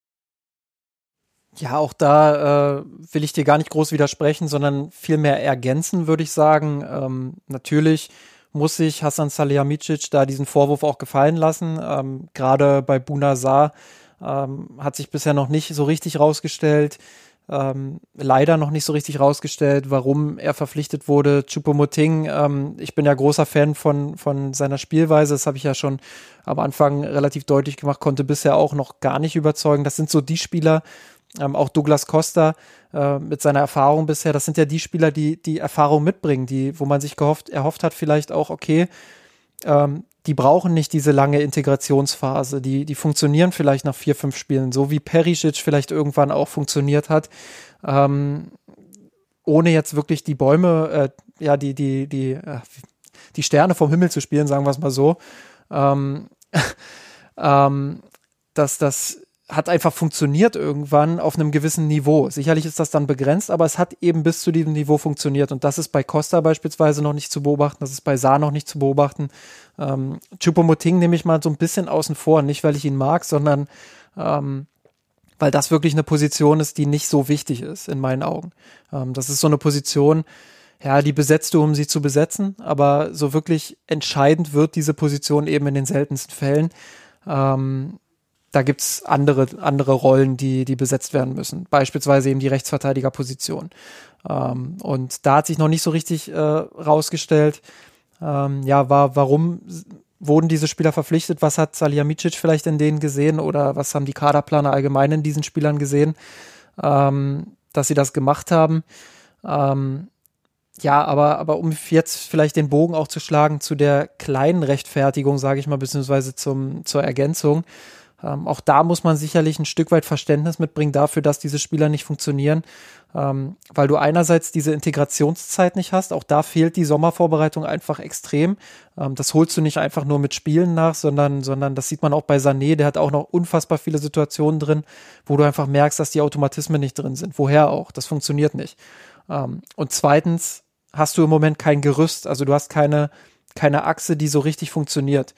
Ja, auch da äh, will ich dir gar nicht groß widersprechen, sondern vielmehr ergänzen, würde ich sagen. Ähm, natürlich muss sich Hasan Salihamidzic da diesen Vorwurf auch gefallen lassen. Ähm, gerade bei Bouna Sarr ähm, hat sich bisher noch nicht so richtig rausgestellt, ähm, leider noch nicht so richtig rausgestellt, warum er verpflichtet wurde. Choupo-Moting, ähm, ich bin ja großer Fan von, von seiner Spielweise, das habe ich ja schon am Anfang relativ deutlich gemacht, konnte bisher auch noch gar nicht überzeugen. Das sind so die Spieler, Ähm, auch Douglas Costa äh, mit seiner Erfahrung bisher, das sind ja die Spieler, die die Erfahrung mitbringen, die, wo man sich gehofft, erhofft hat, vielleicht auch, okay, ähm, die brauchen nicht diese lange Integrationsphase, die, die funktionieren vielleicht nach vier, fünf Spielen, so wie Perisic vielleicht irgendwann auch funktioniert hat, ähm, ohne jetzt wirklich die Bäume, äh, ja, die, die, die, äh, die Sterne vom Himmel zu spielen, sagen wir es mal so. Ähm, ähm, dass das hat einfach funktioniert irgendwann auf einem gewissen Niveau. Sicherlich ist das dann begrenzt, aber es hat eben bis zu diesem Niveau funktioniert und das ist bei Costa beispielsweise noch nicht zu beobachten, das ist bei Sarr noch nicht zu beobachten. Ähm, Choupo-Moting nehme ich mal so ein bisschen außen vor, nicht weil ich ihn mag, sondern ähm, weil das wirklich eine Position ist, die nicht so wichtig ist in meinen Augen. Ähm, das ist so eine Position, ja, die besetzt du, um sie zu besetzen, aber so wirklich entscheidend wird diese Position eben in den seltensten Fällen. Ähm, Da gibt es andere, andere Rollen, die, die besetzt werden müssen. Beispielsweise eben die Rechtsverteidigerposition. Ähm, und da hat sich noch nicht so richtig äh, rausgestellt, ähm, ja, war, warum wurden diese Spieler verpflichtet? Was hat Salihamidzic vielleicht in denen gesehen? Oder was haben die Kaderplaner allgemein in diesen Spielern gesehen, ähm, dass sie das gemacht haben? Ähm, ja, aber, aber um jetzt vielleicht den Bogen auch zu schlagen zu der kleinen Rechtfertigung, sage ich mal, beziehungsweise zum, zur Ergänzung, Ähm, auch da muss man sicherlich ein Stück weit Verständnis mitbringen dafür, dass diese Spieler nicht funktionieren, ähm, weil du einerseits diese Integrationszeit nicht hast, auch da fehlt die Sommervorbereitung einfach extrem. Ähm, das holst du nicht einfach nur mit Spielen nach, sondern, sondern das sieht man auch bei Sané, der hat auch noch unfassbar viele Situationen drin, wo du einfach merkst, dass die Automatismen nicht drin sind. Woher auch? Das funktioniert nicht. Ähm, und zweitens hast du im Moment kein Gerüst, also du hast keine, keine Achse, die so richtig funktioniert.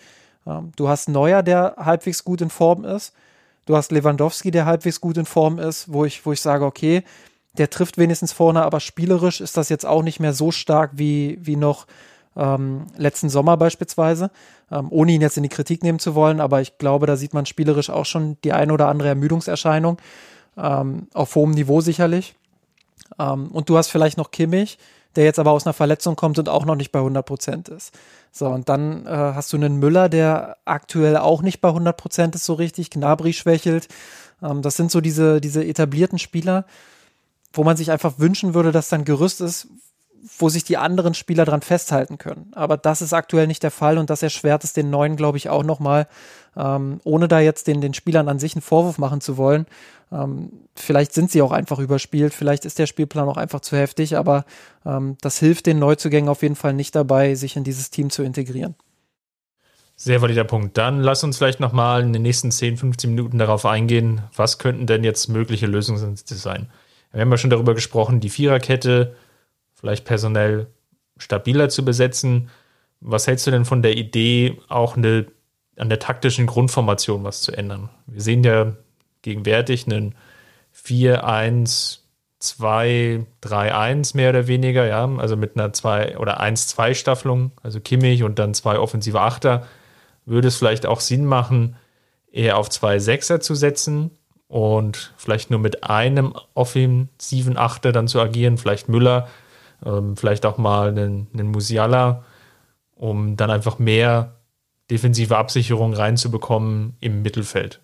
Ähm, du hast Neuer, der halbwegs gut in Form ist. Du hast Lewandowski, der halbwegs gut in Form ist, wo ich, wo ich sage, okay, der trifft wenigstens vorne, aber spielerisch ist das jetzt auch nicht mehr so stark wie, wie noch ähm, letzten Sommer beispielsweise, ähm, ohne ihn jetzt in die Kritik nehmen zu wollen, aber ich glaube, da sieht man spielerisch auch schon die eine oder andere Ermüdungserscheinung, ähm, auf hohem Niveau sicherlich. Ähm, und du hast vielleicht noch Kimmich, der jetzt aber aus einer Verletzung kommt und auch noch nicht bei hundert Prozent ist. So, und dann äh, hast du einen Müller, der aktuell auch nicht bei hundert Prozent ist so richtig, Gnabry schwächelt. Ähm, das sind so diese, diese etablierten Spieler, wo man sich einfach wünschen würde, dass dann Gerüst ist, wo sich die anderen Spieler dran festhalten können. Aber das ist aktuell nicht der Fall und das erschwert es den Neuen, glaube ich, auch nochmal, ähm, ohne da jetzt den, den Spielern an sich einen Vorwurf machen zu wollen. Ähm, vielleicht sind sie auch einfach überspielt, vielleicht ist der Spielplan auch einfach zu heftig, aber ähm, das hilft den Neuzugängen auf jeden Fall nicht dabei, sich in dieses Team zu integrieren. Sehr valider Punkt. Dann lass uns vielleicht nochmal in den nächsten zehn, fünfzehn Minuten darauf eingehen, was könnten denn jetzt mögliche Lösungen sein. Wir haben ja schon darüber gesprochen, die Viererkette vielleicht personell stabiler zu besetzen. Was hältst du denn von der Idee, auch eine, an der taktischen Grundformation was zu ändern? Wir sehen ja gegenwärtig einen vier eins zwei drei eins mehr oder weniger, ja, also mit einer zwei oder eins zwei Staffelung, also Kimmich und dann zwei offensive Achter, würde es vielleicht auch Sinn machen, eher auf zwei Sechser zu setzen und vielleicht nur mit einem offensiven Achter dann zu agieren, vielleicht Müller, ähm, vielleicht auch mal einen, einen Musiala, um dann einfach mehr defensive Absicherung reinzubekommen im Mittelfeld.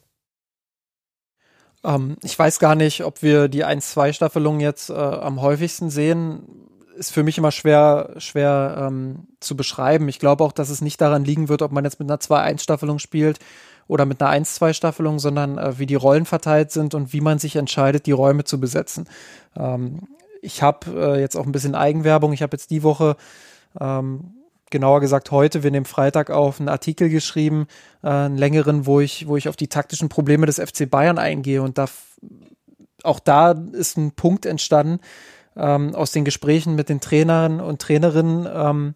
Ähm, ich weiß gar nicht, ob wir die eins zwei Staffelung jetzt äh, am häufigsten sehen. Ist für mich immer schwer, schwer ähm, zu beschreiben. Ich glaube auch, dass es nicht daran liegen wird, ob man jetzt mit einer zwei eins Staffelung spielt oder mit einer eins zwei Staffelung, sondern äh, wie die Rollen verteilt sind und wie man sich entscheidet, die Räume zu besetzen. Ähm, ich habe äh, jetzt auch ein bisschen Eigenwerbung. Ich habe jetzt die Woche, ähm, genauer gesagt heute, wir nehmen Freitag auf, einen Artikel geschrieben, äh, einen längeren, wo ich, wo ich auf die taktischen Probleme des F C Bayern eingehe. Und da, auch da ist ein Punkt entstanden ähm, aus den Gesprächen mit den Trainern und Trainerinnen, ähm,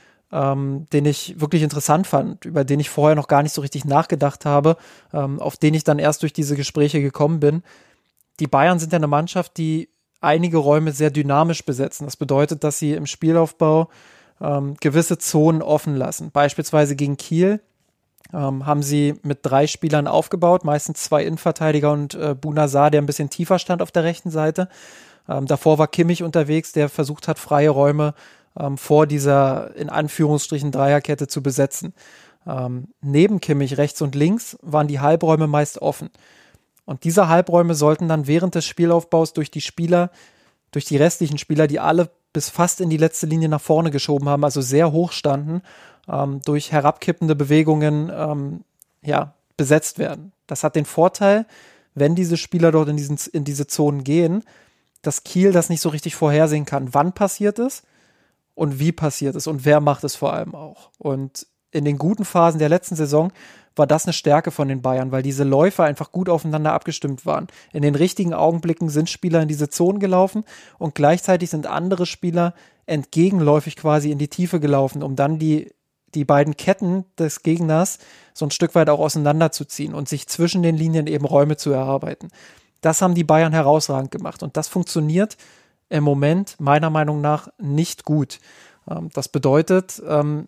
ähm, den ich wirklich interessant fand, über den ich vorher noch gar nicht so richtig nachgedacht habe, ähm, auf den ich dann erst durch diese Gespräche gekommen bin. Die Bayern sind ja eine Mannschaft, die einige Räume sehr dynamisch besetzen. Das bedeutet, dass sie im Spielaufbau ähm, gewisse Zonen offen lassen. Beispielsweise gegen Kiel ähm, haben sie mit drei Spielern aufgebaut, meistens zwei Innenverteidiger und äh, Bouna Sarr, der ein bisschen tiefer stand auf der rechten Seite. Ähm, davor war Kimmich unterwegs, der versucht hat, freie Räume ähm, vor dieser in Anführungsstrichen Dreierkette zu besetzen. Ähm, neben Kimmich rechts und links waren die Halbräume meist offen. Und diese Halbräume sollten dann während des Spielaufbaus durch die Spieler, durch die restlichen Spieler, die alle bis fast in die letzte Linie nach vorne geschoben haben, also sehr hoch standen, ähm, durch herabkippende Bewegungen ähm, ja, besetzt werden. Das hat den Vorteil, wenn diese Spieler dort in, diesen, in diese Zonen gehen, dass Kiel das nicht so richtig vorhersehen kann, wann passiert es und wie passiert es und wer macht es vor allem auch. Und in den guten Phasen der letzten Saison war das eine Stärke von den Bayern, weil diese Läufe einfach gut aufeinander abgestimmt waren. In den richtigen Augenblicken sind Spieler in diese Zonen gelaufen und gleichzeitig sind andere Spieler entgegenläufig quasi in die Tiefe gelaufen, um dann die, die beiden Ketten des Gegners so ein Stück weit auch auseinanderzuziehen und sich zwischen den Linien eben Räume zu erarbeiten. Das haben die Bayern herausragend gemacht und das funktioniert im Moment meiner Meinung nach nicht gut. Das bedeutet,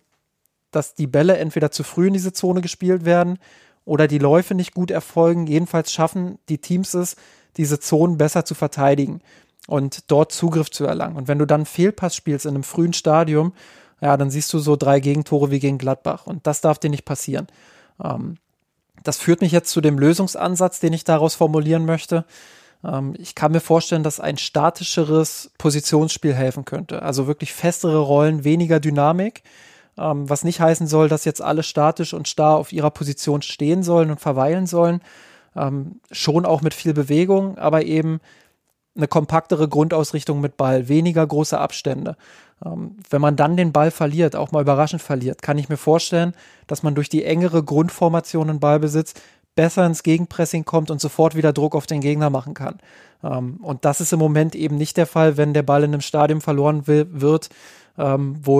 dass die Bälle entweder zu früh in diese Zone gespielt werden oder die Läufe nicht gut erfolgen. Jedenfalls schaffen die Teams es, diese Zonen besser zu verteidigen und dort Zugriff zu erlangen. Und wenn du dann einen Fehlpass spielst in einem frühen Stadium, ja, dann siehst du so drei Gegentore wie gegen Gladbach. Und das darf dir nicht passieren. Ähm, das führt mich jetzt zu dem Lösungsansatz, den ich daraus formulieren möchte. Ähm, ich kann mir vorstellen, dass ein statischeres Positionsspiel helfen könnte. Also wirklich festere Rollen, weniger Dynamik. Ähm, was nicht heißen soll, dass jetzt alle statisch und starr auf ihrer Position stehen sollen und verweilen sollen. Ähm, schon auch mit viel Bewegung, aber eben eine kompaktere Grundausrichtung mit Ball, weniger große Abstände. Ähm, wenn man dann den Ball verliert, auch mal überraschend verliert, kann ich mir vorstellen, dass man durch die engere Grundformation in Ballbesitz besser ins Gegenpressing kommt und sofort wieder Druck auf den Gegner machen kann. Ähm, und das ist im Moment eben nicht der Fall, wenn der Ball in einem Stadion verloren will, wird, ähm, wo es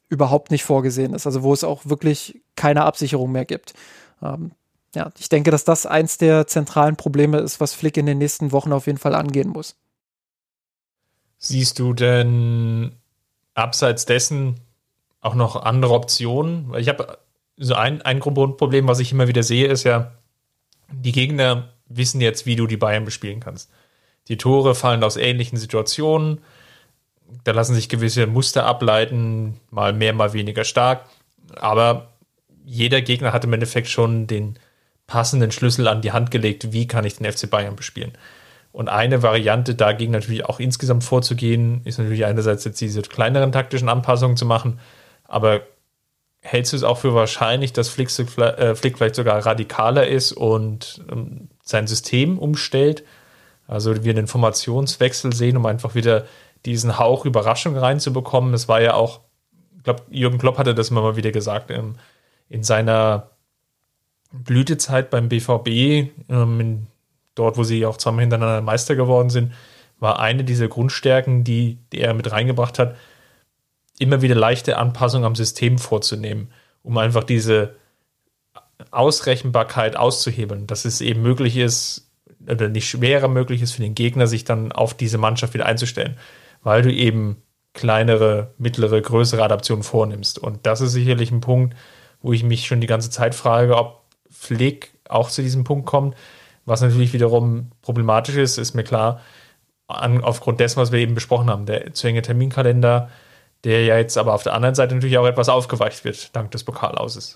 überhaupt nicht vorgesehen ist, also wo es auch wirklich keine Absicherung mehr gibt. Ähm, ja, ich denke, dass das eins der zentralen Probleme ist, was Flick in den nächsten Wochen auf jeden Fall angehen muss. Siehst du denn abseits dessen auch noch andere Optionen? Weil ich habe so ein, ein Grundproblem, was ich immer wieder sehe, ist ja, die Gegner wissen jetzt, wie du die Bayern bespielen kannst. Die Tore fallen aus ähnlichen Situationen, da lassen sich gewisse Muster ableiten, mal mehr, mal weniger stark, aber jeder Gegner hat im Endeffekt schon den passenden Schlüssel an die Hand gelegt, wie kann ich den F C Bayern bespielen. Und eine Variante dagegen natürlich auch insgesamt vorzugehen, ist natürlich einerseits jetzt diese kleineren taktischen Anpassungen zu machen, aber hältst du es auch für wahrscheinlich, dass Flick, äh, Flick vielleicht sogar radikaler ist und ähm, sein System umstellt? Also wir einen Formationswechsel sehen, um einfach wieder diesen Hauch Überraschung reinzubekommen. Es war ja auch, ich glaube, Jürgen Klopp hatte das immer mal wieder gesagt, ähm, in seiner Blütezeit beim B V B, ähm, in, dort, wo sie auch zweimal hintereinander Meister geworden sind, war eine dieser Grundstärken, die, die er mit reingebracht hat, immer wieder leichte Anpassungen am System vorzunehmen, um einfach diese Ausrechenbarkeit auszuhebeln, dass es eben möglich ist, oder nicht schwerer möglich ist für den Gegner, sich dann auf diese Mannschaft wieder einzustellen, weil du eben kleinere, mittlere, größere Adaptionen vornimmst. Und das ist sicherlich ein Punkt, wo ich mich schon die ganze Zeit frage, ob Flick auch zu diesem Punkt kommt. Was natürlich wiederum problematisch ist, ist mir klar, an, aufgrund dessen, was wir eben besprochen haben, der zu enge Terminkalender, der ja jetzt aber auf der anderen Seite natürlich auch etwas aufgeweicht wird, dank des Pokalauses.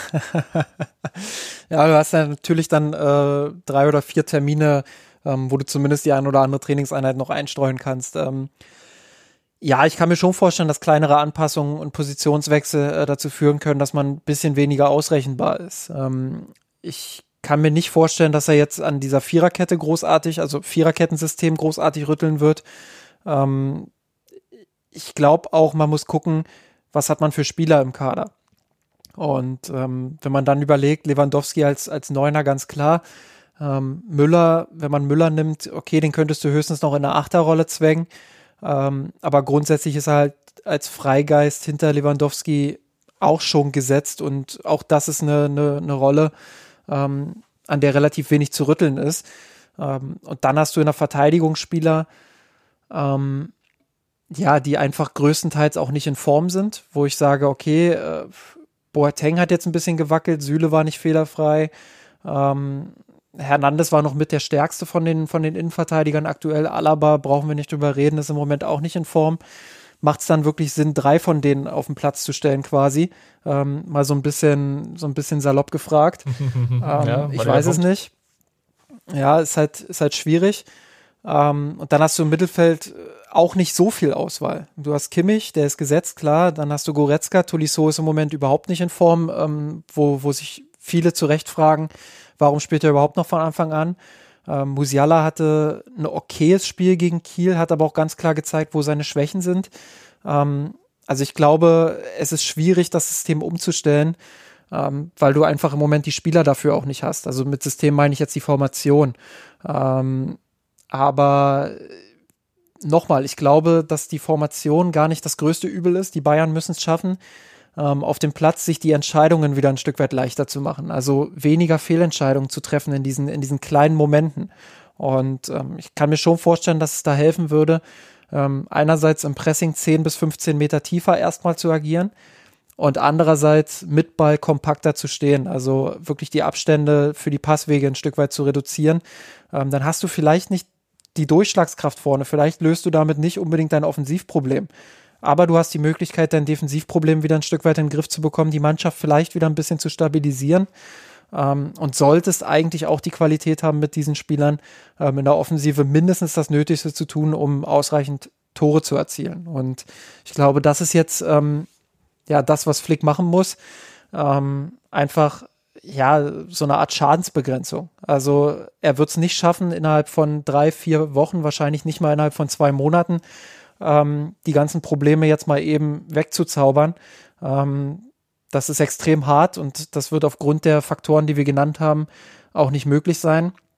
Ja, du hast ja natürlich dann äh, drei oder vier Termine, ähm, wo du zumindest die ein oder andere Trainingseinheit noch einstreuen kannst. Ähm, ja, ich kann mir schon vorstellen, dass kleinere Anpassungen und Positionswechsel äh, dazu führen können, dass man ein bisschen weniger ausrechenbar ist. Ähm, ich kann mir nicht vorstellen, dass er jetzt an dieser Viererkette großartig, also Viererkettensystem großartig rütteln wird. Ähm, ich glaube auch, man muss gucken, was hat man für Spieler im Kader. Und ähm, wenn man dann überlegt, Lewandowski als, als Neuner ganz klar, ähm, Müller, wenn man Müller nimmt, okay, den könntest du höchstens noch in eine Achterrolle zwängen, ähm, aber grundsätzlich ist er halt als Freigeist hinter Lewandowski auch schon gesetzt und auch das ist eine, eine, eine Rolle, ähm, an der relativ wenig zu rütteln ist. Ähm, und dann hast du in der Verteidigung Spieler, ähm, ja, die einfach größtenteils auch nicht in Form sind, wo ich sage, okay, äh, Boateng hat jetzt ein bisschen gewackelt, Süle war nicht fehlerfrei, ähm, Hernandez war noch mit der stärkste von den, von den Innenverteidigern aktuell, Alaba brauchen wir nicht drüber reden, ist im Moment auch nicht in Form. Macht es dann wirklich Sinn, drei von denen auf den Platz zu stellen quasi? Ähm, mal so ein bisschen, so ein bisschen salopp gefragt. ähm, ja, ich weiß es nicht. Ja, ist halt, ist halt schwierig. Ähm, und dann hast du im Mittelfeld auch nicht so viel Auswahl. Du hast Kimmich, der ist gesetzt, klar. Dann hast du Goretzka, Tolisso ist im Moment überhaupt nicht in Form, ähm, wo, wo sich viele zu Recht fragen, warum spielt er überhaupt noch von Anfang an? Ähm, Musiala hatte ein okayes Spiel gegen Kiel, hat aber auch ganz klar gezeigt, wo seine Schwächen sind. Ähm, also ich glaube, es ist schwierig, das System umzustellen, ähm, weil du einfach im Moment die Spieler dafür auch nicht hast. Also mit System meine ich jetzt die Formation. Ähm, aber nochmal, ich glaube, dass die Formation gar nicht das größte Übel ist. Die Bayern müssen es schaffen, ähm, auf dem Platz sich die Entscheidungen wieder ein Stück weit leichter zu machen. Also weniger Fehlentscheidungen zu treffen in diesen, in diesen kleinen Momenten. Und ähm, ich kann mir schon vorstellen, dass es da helfen würde, ähm, einerseits im Pressing zehn bis fünfzehn Meter tiefer erstmal zu agieren und andererseits mit Ball kompakter zu stehen. Also wirklich die Abstände für die Passwege ein Stück weit zu reduzieren. Ähm, dann hast du vielleicht nicht die Durchschlagskraft vorne. Vielleicht löst du damit nicht unbedingt dein Offensivproblem. Aber du hast die Möglichkeit, dein Defensivproblem wieder ein Stück weit in den Griff zu bekommen, die Mannschaft vielleicht wieder ein bisschen zu stabilisieren. Ähm, und solltest eigentlich auch die Qualität haben, mit diesen Spielern ähm, in der Offensive mindestens das Nötigste zu tun, um ausreichend Tore zu erzielen. Und ich glaube, das ist jetzt ähm, ja das, was Flick machen muss. Ähm, einfach ja, so eine Art Schadensbegrenzung. Also er wird es nicht schaffen, innerhalb von drei, vier Wochen, wahrscheinlich nicht mal innerhalb von zwei Monaten, ähm, die ganzen Probleme jetzt mal eben wegzuzaubern. Ähm, das ist extrem hart und das wird aufgrund der Faktoren, die wir genannt haben, auch nicht möglich sein.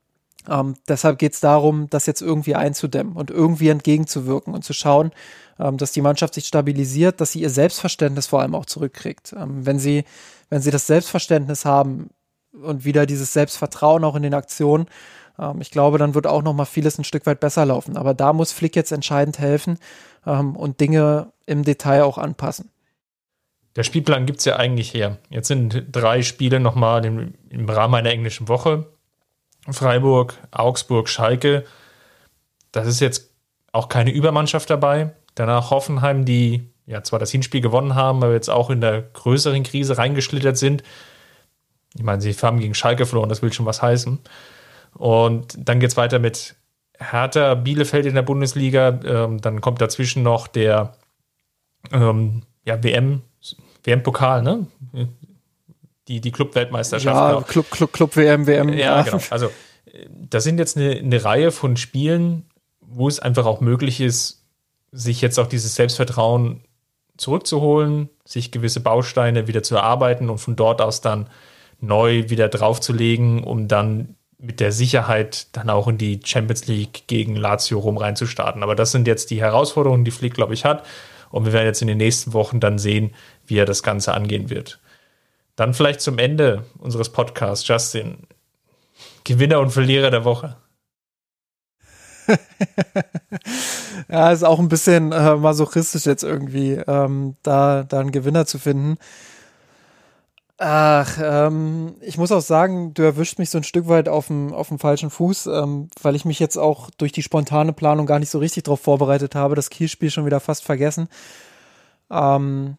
Ähm, deshalb geht es darum, das jetzt irgendwie einzudämmen und irgendwie entgegenzuwirken und zu schauen, ähm, dass die Mannschaft sich stabilisiert, dass sie ihr Selbstverständnis vor allem auch zurückkriegt. Ähm, wenn sie, wenn sie das Selbstverständnis haben und wieder dieses Selbstvertrauen auch in den Aktionen, ähm, ich glaube, dann wird auch noch mal vieles ein Stück weit besser laufen. Aber da muss Flick jetzt entscheidend helfen ähm, und Dinge im Detail auch anpassen. Der Spielplan gibt es ja eigentlich her. Jetzt sind drei Spiele nochmal im, im Rahmen einer englischen Woche. Freiburg, Augsburg, Schalke. Das ist jetzt auch keine Übermannschaft dabei. Danach Hoffenheim, die ja zwar das Hinspiel gewonnen haben, aber jetzt auch in der größeren Krise reingeschlittert sind. Ich meine, sie haben gegen Schalke verloren, das will schon was heißen. Und dann geht es weiter mit Hertha, Bielefeld in der Bundesliga. Ähm, dann kommt dazwischen noch der ähm, ja, W M, W M-Pokal, ne? Die, die Club-Weltmeisterschaft. Ja, genau. Club, Club, Club, W M, W M. Ja, genau. Also, das sind jetzt eine, eine Reihe von Spielen, wo es einfach auch möglich ist, sich jetzt auch dieses Selbstvertrauen zurückzuholen, sich gewisse Bausteine wieder zu erarbeiten und von dort aus dann neu wieder draufzulegen, um dann mit der Sicherheit dann auch in die Champions League gegen Lazio Rom reinzustarten. Aber das sind jetzt die Herausforderungen, die Flick, glaube ich, hat. Und wir werden jetzt in den nächsten Wochen dann sehen, wie er das Ganze angehen wird. Dann vielleicht zum Ende unseres Podcasts, Justin. Gewinner und Verlierer der Woche. Ja, ist auch ein bisschen äh, masochistisch jetzt irgendwie, ähm, da, da einen Gewinner zu finden. Ach, ähm, ich muss auch sagen, du erwischt mich so ein Stück weit auf dem, auf dem falschen Fuß, ähm, weil ich mich jetzt auch durch die spontane Planung gar nicht so richtig darauf vorbereitet habe, das Kielspiel schon wieder fast vergessen. Ähm,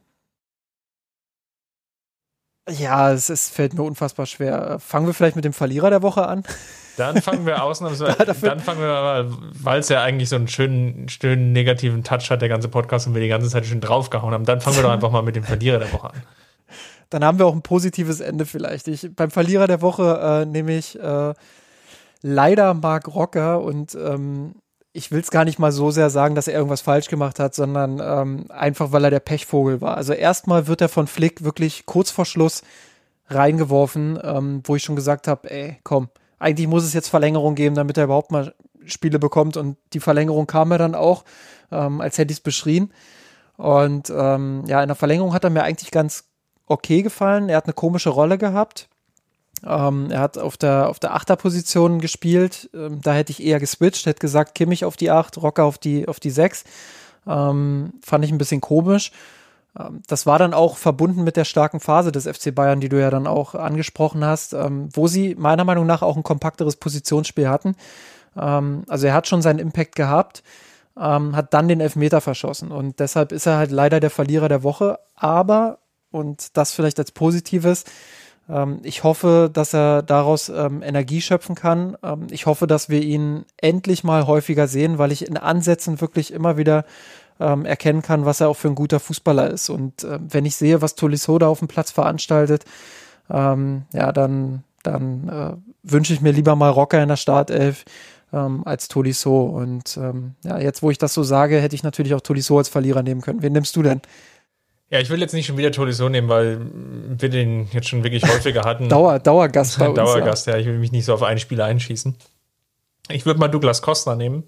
ja, es, es fällt mir unfassbar schwer. Fangen wir vielleicht mit dem Verlierer der Woche an? Dann fangen wir ausnahmsweise, dann fangen wir mal, weil es ja eigentlich so einen schönen, schönen negativen Touch hat, der ganze Podcast, und wir die ganze Zeit schön draufgehauen haben, dann fangen wir doch einfach mal mit dem Verlierer der Woche an. Dann haben wir auch ein positives Ende vielleicht. Ich, beim Verlierer der Woche äh, nehme ich äh, leider Marc Rocker und ähm, ich will es gar nicht mal so sehr sagen, dass er irgendwas falsch gemacht hat, sondern ähm, einfach, weil er der Pechvogel war. Also erstmal wird er von Flick wirklich kurz vor Schluss reingeworfen, ähm, wo ich schon gesagt habe, ey, komm, eigentlich muss es jetzt Verlängerung geben, damit er überhaupt mal Spiele bekommt, und die Verlängerung kam er dann auch, ähm, als hätte ich es beschrien. Und ähm, ja, in der Verlängerung hat er mir eigentlich ganz okay gefallen. Er hat eine komische Rolle gehabt. Ähm, er hat auf der, auf der Achterposition gespielt. Ähm, da hätte ich eher geswitcht, hätte gesagt, Kimmich auf die acht, Rocker auf die, auf die sechs. Ähm, fand ich ein bisschen komisch. Ähm, das war dann auch verbunden mit der starken Phase des F C Bayern, die du ja dann auch angesprochen hast, ähm, wo sie meiner Meinung nach auch ein kompakteres Positionsspiel hatten. Ähm, also er hat schon seinen Impact gehabt, ähm, hat dann den Elfmeter verschossen, und deshalb ist er halt leider der Verlierer der Woche. Aber, und das vielleicht als Positives, ähm, ich hoffe, dass er daraus ähm, Energie schöpfen kann. Ähm, ich hoffe, dass wir ihn endlich mal häufiger sehen, weil ich in Ansätzen wirklich immer wieder ähm, erkennen kann, was er auch für ein guter Fußballer ist. Und äh, wenn ich sehe, was Tolisso da auf dem Platz veranstaltet, ähm, ja, dann, dann äh, wünsche ich mir lieber mal Rocker in der Startelf ähm, als Tolisso. Und ähm, ja, jetzt, wo ich das so sage, hätte ich natürlich auch Tolisso als Verlierer nehmen können. Wen nimmst du denn? Ja, ich will jetzt nicht schon wieder Tolisso nehmen, weil wir den jetzt schon wirklich häufiger hatten. Dauer, Dauergast bei uns. Dauergast, ja. ja. Ich will mich nicht so auf ein Spiel einschießen. Ich würde mal Douglas Costa nehmen,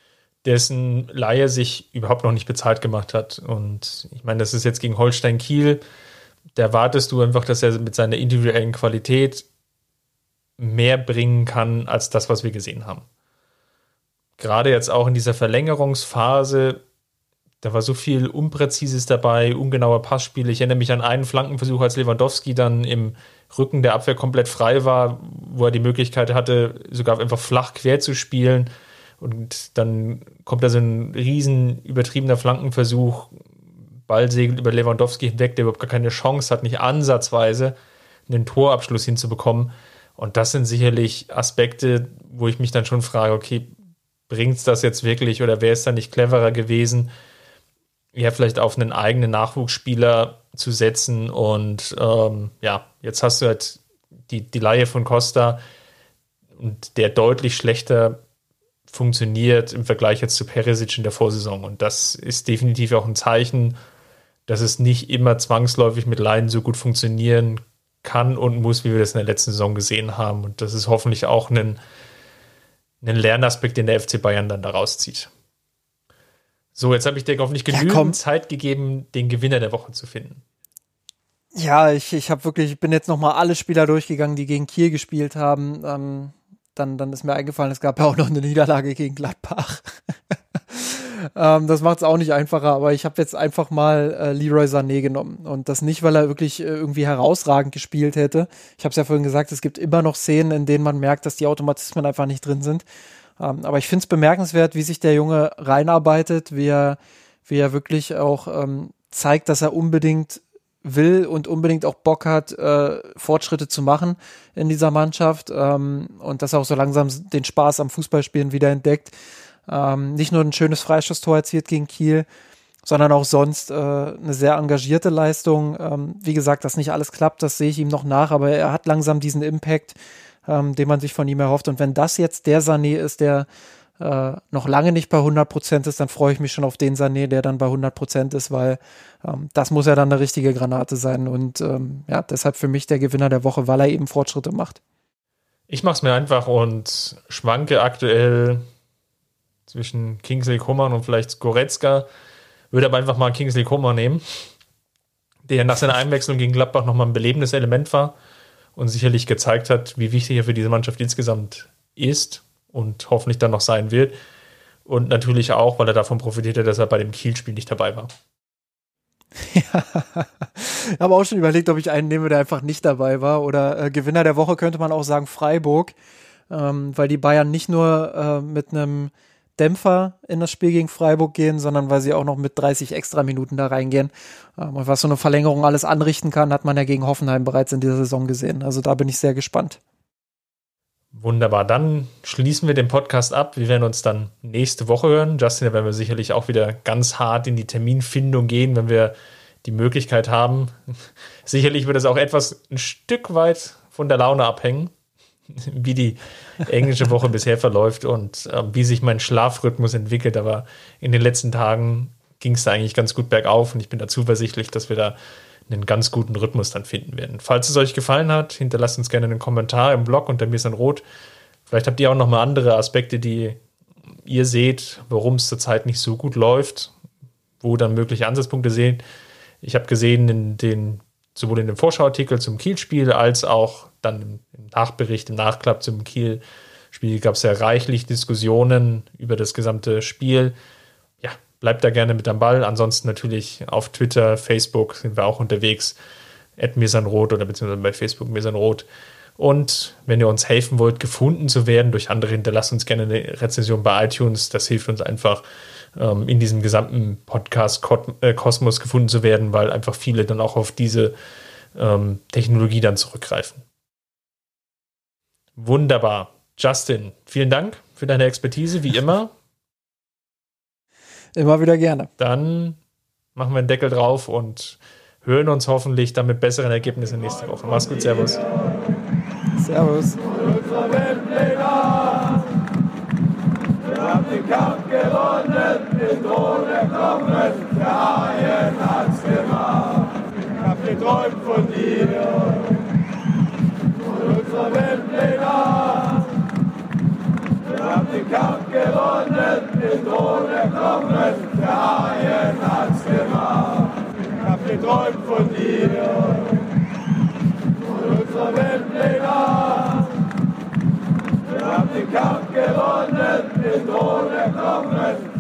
dessen Leihe sich überhaupt noch nicht bezahlt gemacht hat. Und ich meine, das ist jetzt gegen Holstein Kiel. Da erwartest du einfach, dass er mit seiner individuellen Qualität mehr bringen kann als das, was wir gesehen haben. Gerade jetzt auch in dieser Verlängerungsphase, da war so viel Unpräzises dabei, ungenauer Passspiele. Ich erinnere mich an einen Flankenversuch, als Lewandowski dann im Rücken der Abwehr komplett frei war, wo er die Möglichkeit hatte, sogar einfach flach quer zu spielen. Und dann kommt da so ein riesen übertriebener Flankenversuch, Ball segelt über Lewandowski hinweg, der überhaupt gar keine Chance hat, nicht ansatzweise einen Torabschluss hinzubekommen. Und das sind sicherlich Aspekte, wo ich mich dann schon frage, okay, bringt es das jetzt wirklich, oder wäre es dann nicht cleverer gewesen, ja, vielleicht auf einen eigenen Nachwuchsspieler zu setzen? Und ähm, ja, jetzt hast du halt die, die Leihe von Costa, und der deutlich schlechter funktioniert im Vergleich jetzt zu Perisic in der Vorsaison. Und das ist definitiv auch ein Zeichen, dass es nicht immer zwangsläufig mit Leihen so gut funktionieren kann und muss, wie wir das in der letzten Saison gesehen haben. Und das ist hoffentlich auch ein, einen Lernaspekt, den der F C Bayern dann daraus zieht. So, jetzt habe ich dir hoffentlich genügend ja, Zeit gegeben, den Gewinner der Woche zu finden. Ja, ich, ich habe wirklich, ich bin jetzt nochmal alle Spieler durchgegangen, die gegen Kiel gespielt haben. Ähm, dann, dann ist mir eingefallen, es gab ja auch noch eine Niederlage gegen Gladbach. ähm, das macht es auch nicht einfacher, aber ich habe jetzt einfach mal äh, Leroy Sané genommen. Und das nicht, weil er wirklich äh, irgendwie herausragend gespielt hätte. Ich habe es ja vorhin gesagt, es gibt immer noch Szenen, in denen man merkt, dass die Automatismen einfach nicht drin sind. Ähm, aber ich finde es bemerkenswert, wie sich der Junge reinarbeitet, wie er, wie er wirklich auch ähm, zeigt, dass er unbedingt will und unbedingt auch Bock hat, äh, Fortschritte zu machen in dieser Mannschaft ähm, und dass er auch so langsam den Spaß am Fußballspielen wieder entdeckt. Ähm, nicht nur ein schönes Freistoßtor erzielt gegen Kiel, sondern auch sonst äh, eine sehr engagierte Leistung. Ähm, wie gesagt, dass nicht alles klappt, das sehe ich ihm noch nach, aber er hat langsam diesen Impact, ähm, den man sich von ihm erhofft. Und wenn das jetzt der Sané ist, der äh, noch lange nicht bei hundert Prozent ist, dann freue ich mich schon auf den Sané, der dann bei hundert Prozent ist, weil ähm, das muss ja dann eine richtige Granate sein. Und ähm, ja, deshalb für mich der Gewinner der Woche, weil er eben Fortschritte macht. Ich mache es mir einfach und schwanke aktuell zwischen Kingsley Coman und vielleicht Goretzka. Würde aber einfach mal Kingsley Coman nehmen, der nach seiner Einwechslung gegen Gladbach nochmal ein belebendes Element war und sicherlich gezeigt hat, wie wichtig er für diese Mannschaft insgesamt ist und hoffentlich dann noch sein wird. Und natürlich auch, weil er davon profitiert hat, dass er bei dem Kiel-Spiel nicht dabei war. Ja, ich habe auch schon überlegt, ob ich einen nehme, der einfach nicht dabei war. Oder äh, Gewinner der Woche könnte man auch sagen Freiburg, ähm, weil die Bayern nicht nur äh, mit einem Dämpfer in das Spiel gegen Freiburg gehen, sondern weil sie auch noch mit dreißig extra Minuten da reingehen. Ähm, und was so eine Verlängerung alles anrichten kann, hat man ja gegen Hoffenheim bereits in dieser Saison gesehen. Also da bin ich sehr gespannt. Wunderbar, dann schließen wir den Podcast ab. Wir werden uns dann nächste Woche hören. Justin, da werden wir sicherlich auch wieder ganz hart in die Terminfindung gehen, wenn wir die Möglichkeit haben. Sicherlich wird es auch etwas ein Stück weit von der Laune abhängen, wie die englische Woche bisher verläuft und äh, wie sich mein Schlafrhythmus entwickelt. Aber in den letzten Tagen ging es da eigentlich ganz gut bergauf und ich bin da zuversichtlich, dass wir da einen ganz guten Rhythmus dann finden werden. Falls es euch gefallen hat, hinterlasst uns gerne einen Kommentar im Blog unter mirsanrot. Vielleicht habt ihr auch noch mal andere Aspekte, die ihr seht, warum es zurzeit nicht so gut läuft, wo dann mögliche Ansatzpunkte sehen. Ich habe gesehen, in den, sowohl in dem Vorschauartikel zum Kiel-Spiel als auch dann im Nachbericht, im Nachklapp zum Kiel-Spiel gab es ja reichlich Diskussionen über das gesamte Spiel. Ja, bleibt da gerne mit am Ball. Ansonsten natürlich auf Twitter, Facebook sind wir auch unterwegs. at mirsanrot oder beziehungsweise bei Facebook mirsanrot. Und wenn ihr uns helfen wollt, gefunden zu werden durch andere, hinterlasst uns gerne eine Rezension bei iTunes. Das hilft uns einfach, ähm, in diesem gesamten Podcast-Kosmos gefunden zu werden, weil einfach viele dann auch auf diese ähm, Technologie dann zurückgreifen. Wunderbar. Justin, vielen Dank für deine Expertise, wie immer. Immer wieder gerne. Dann machen wir einen Deckel drauf und hören uns hoffentlich dann mit besseren Ergebnissen nächste Woche. Mach's gut, Servus. Servus. Wir haben den Kampf gewonnen, den Thron erklommen, der Haien hat's gemacht. Ich hab geträumt von dir, von unserer Weltpläne. Wir haben den Kampf gewonnen, den Thron erklommen, der Haien hat's gemacht. Ich hab geträumt von dir, von unserer Weltpläne. Wir haben den Kampf gewonnen, den Thron erklommen.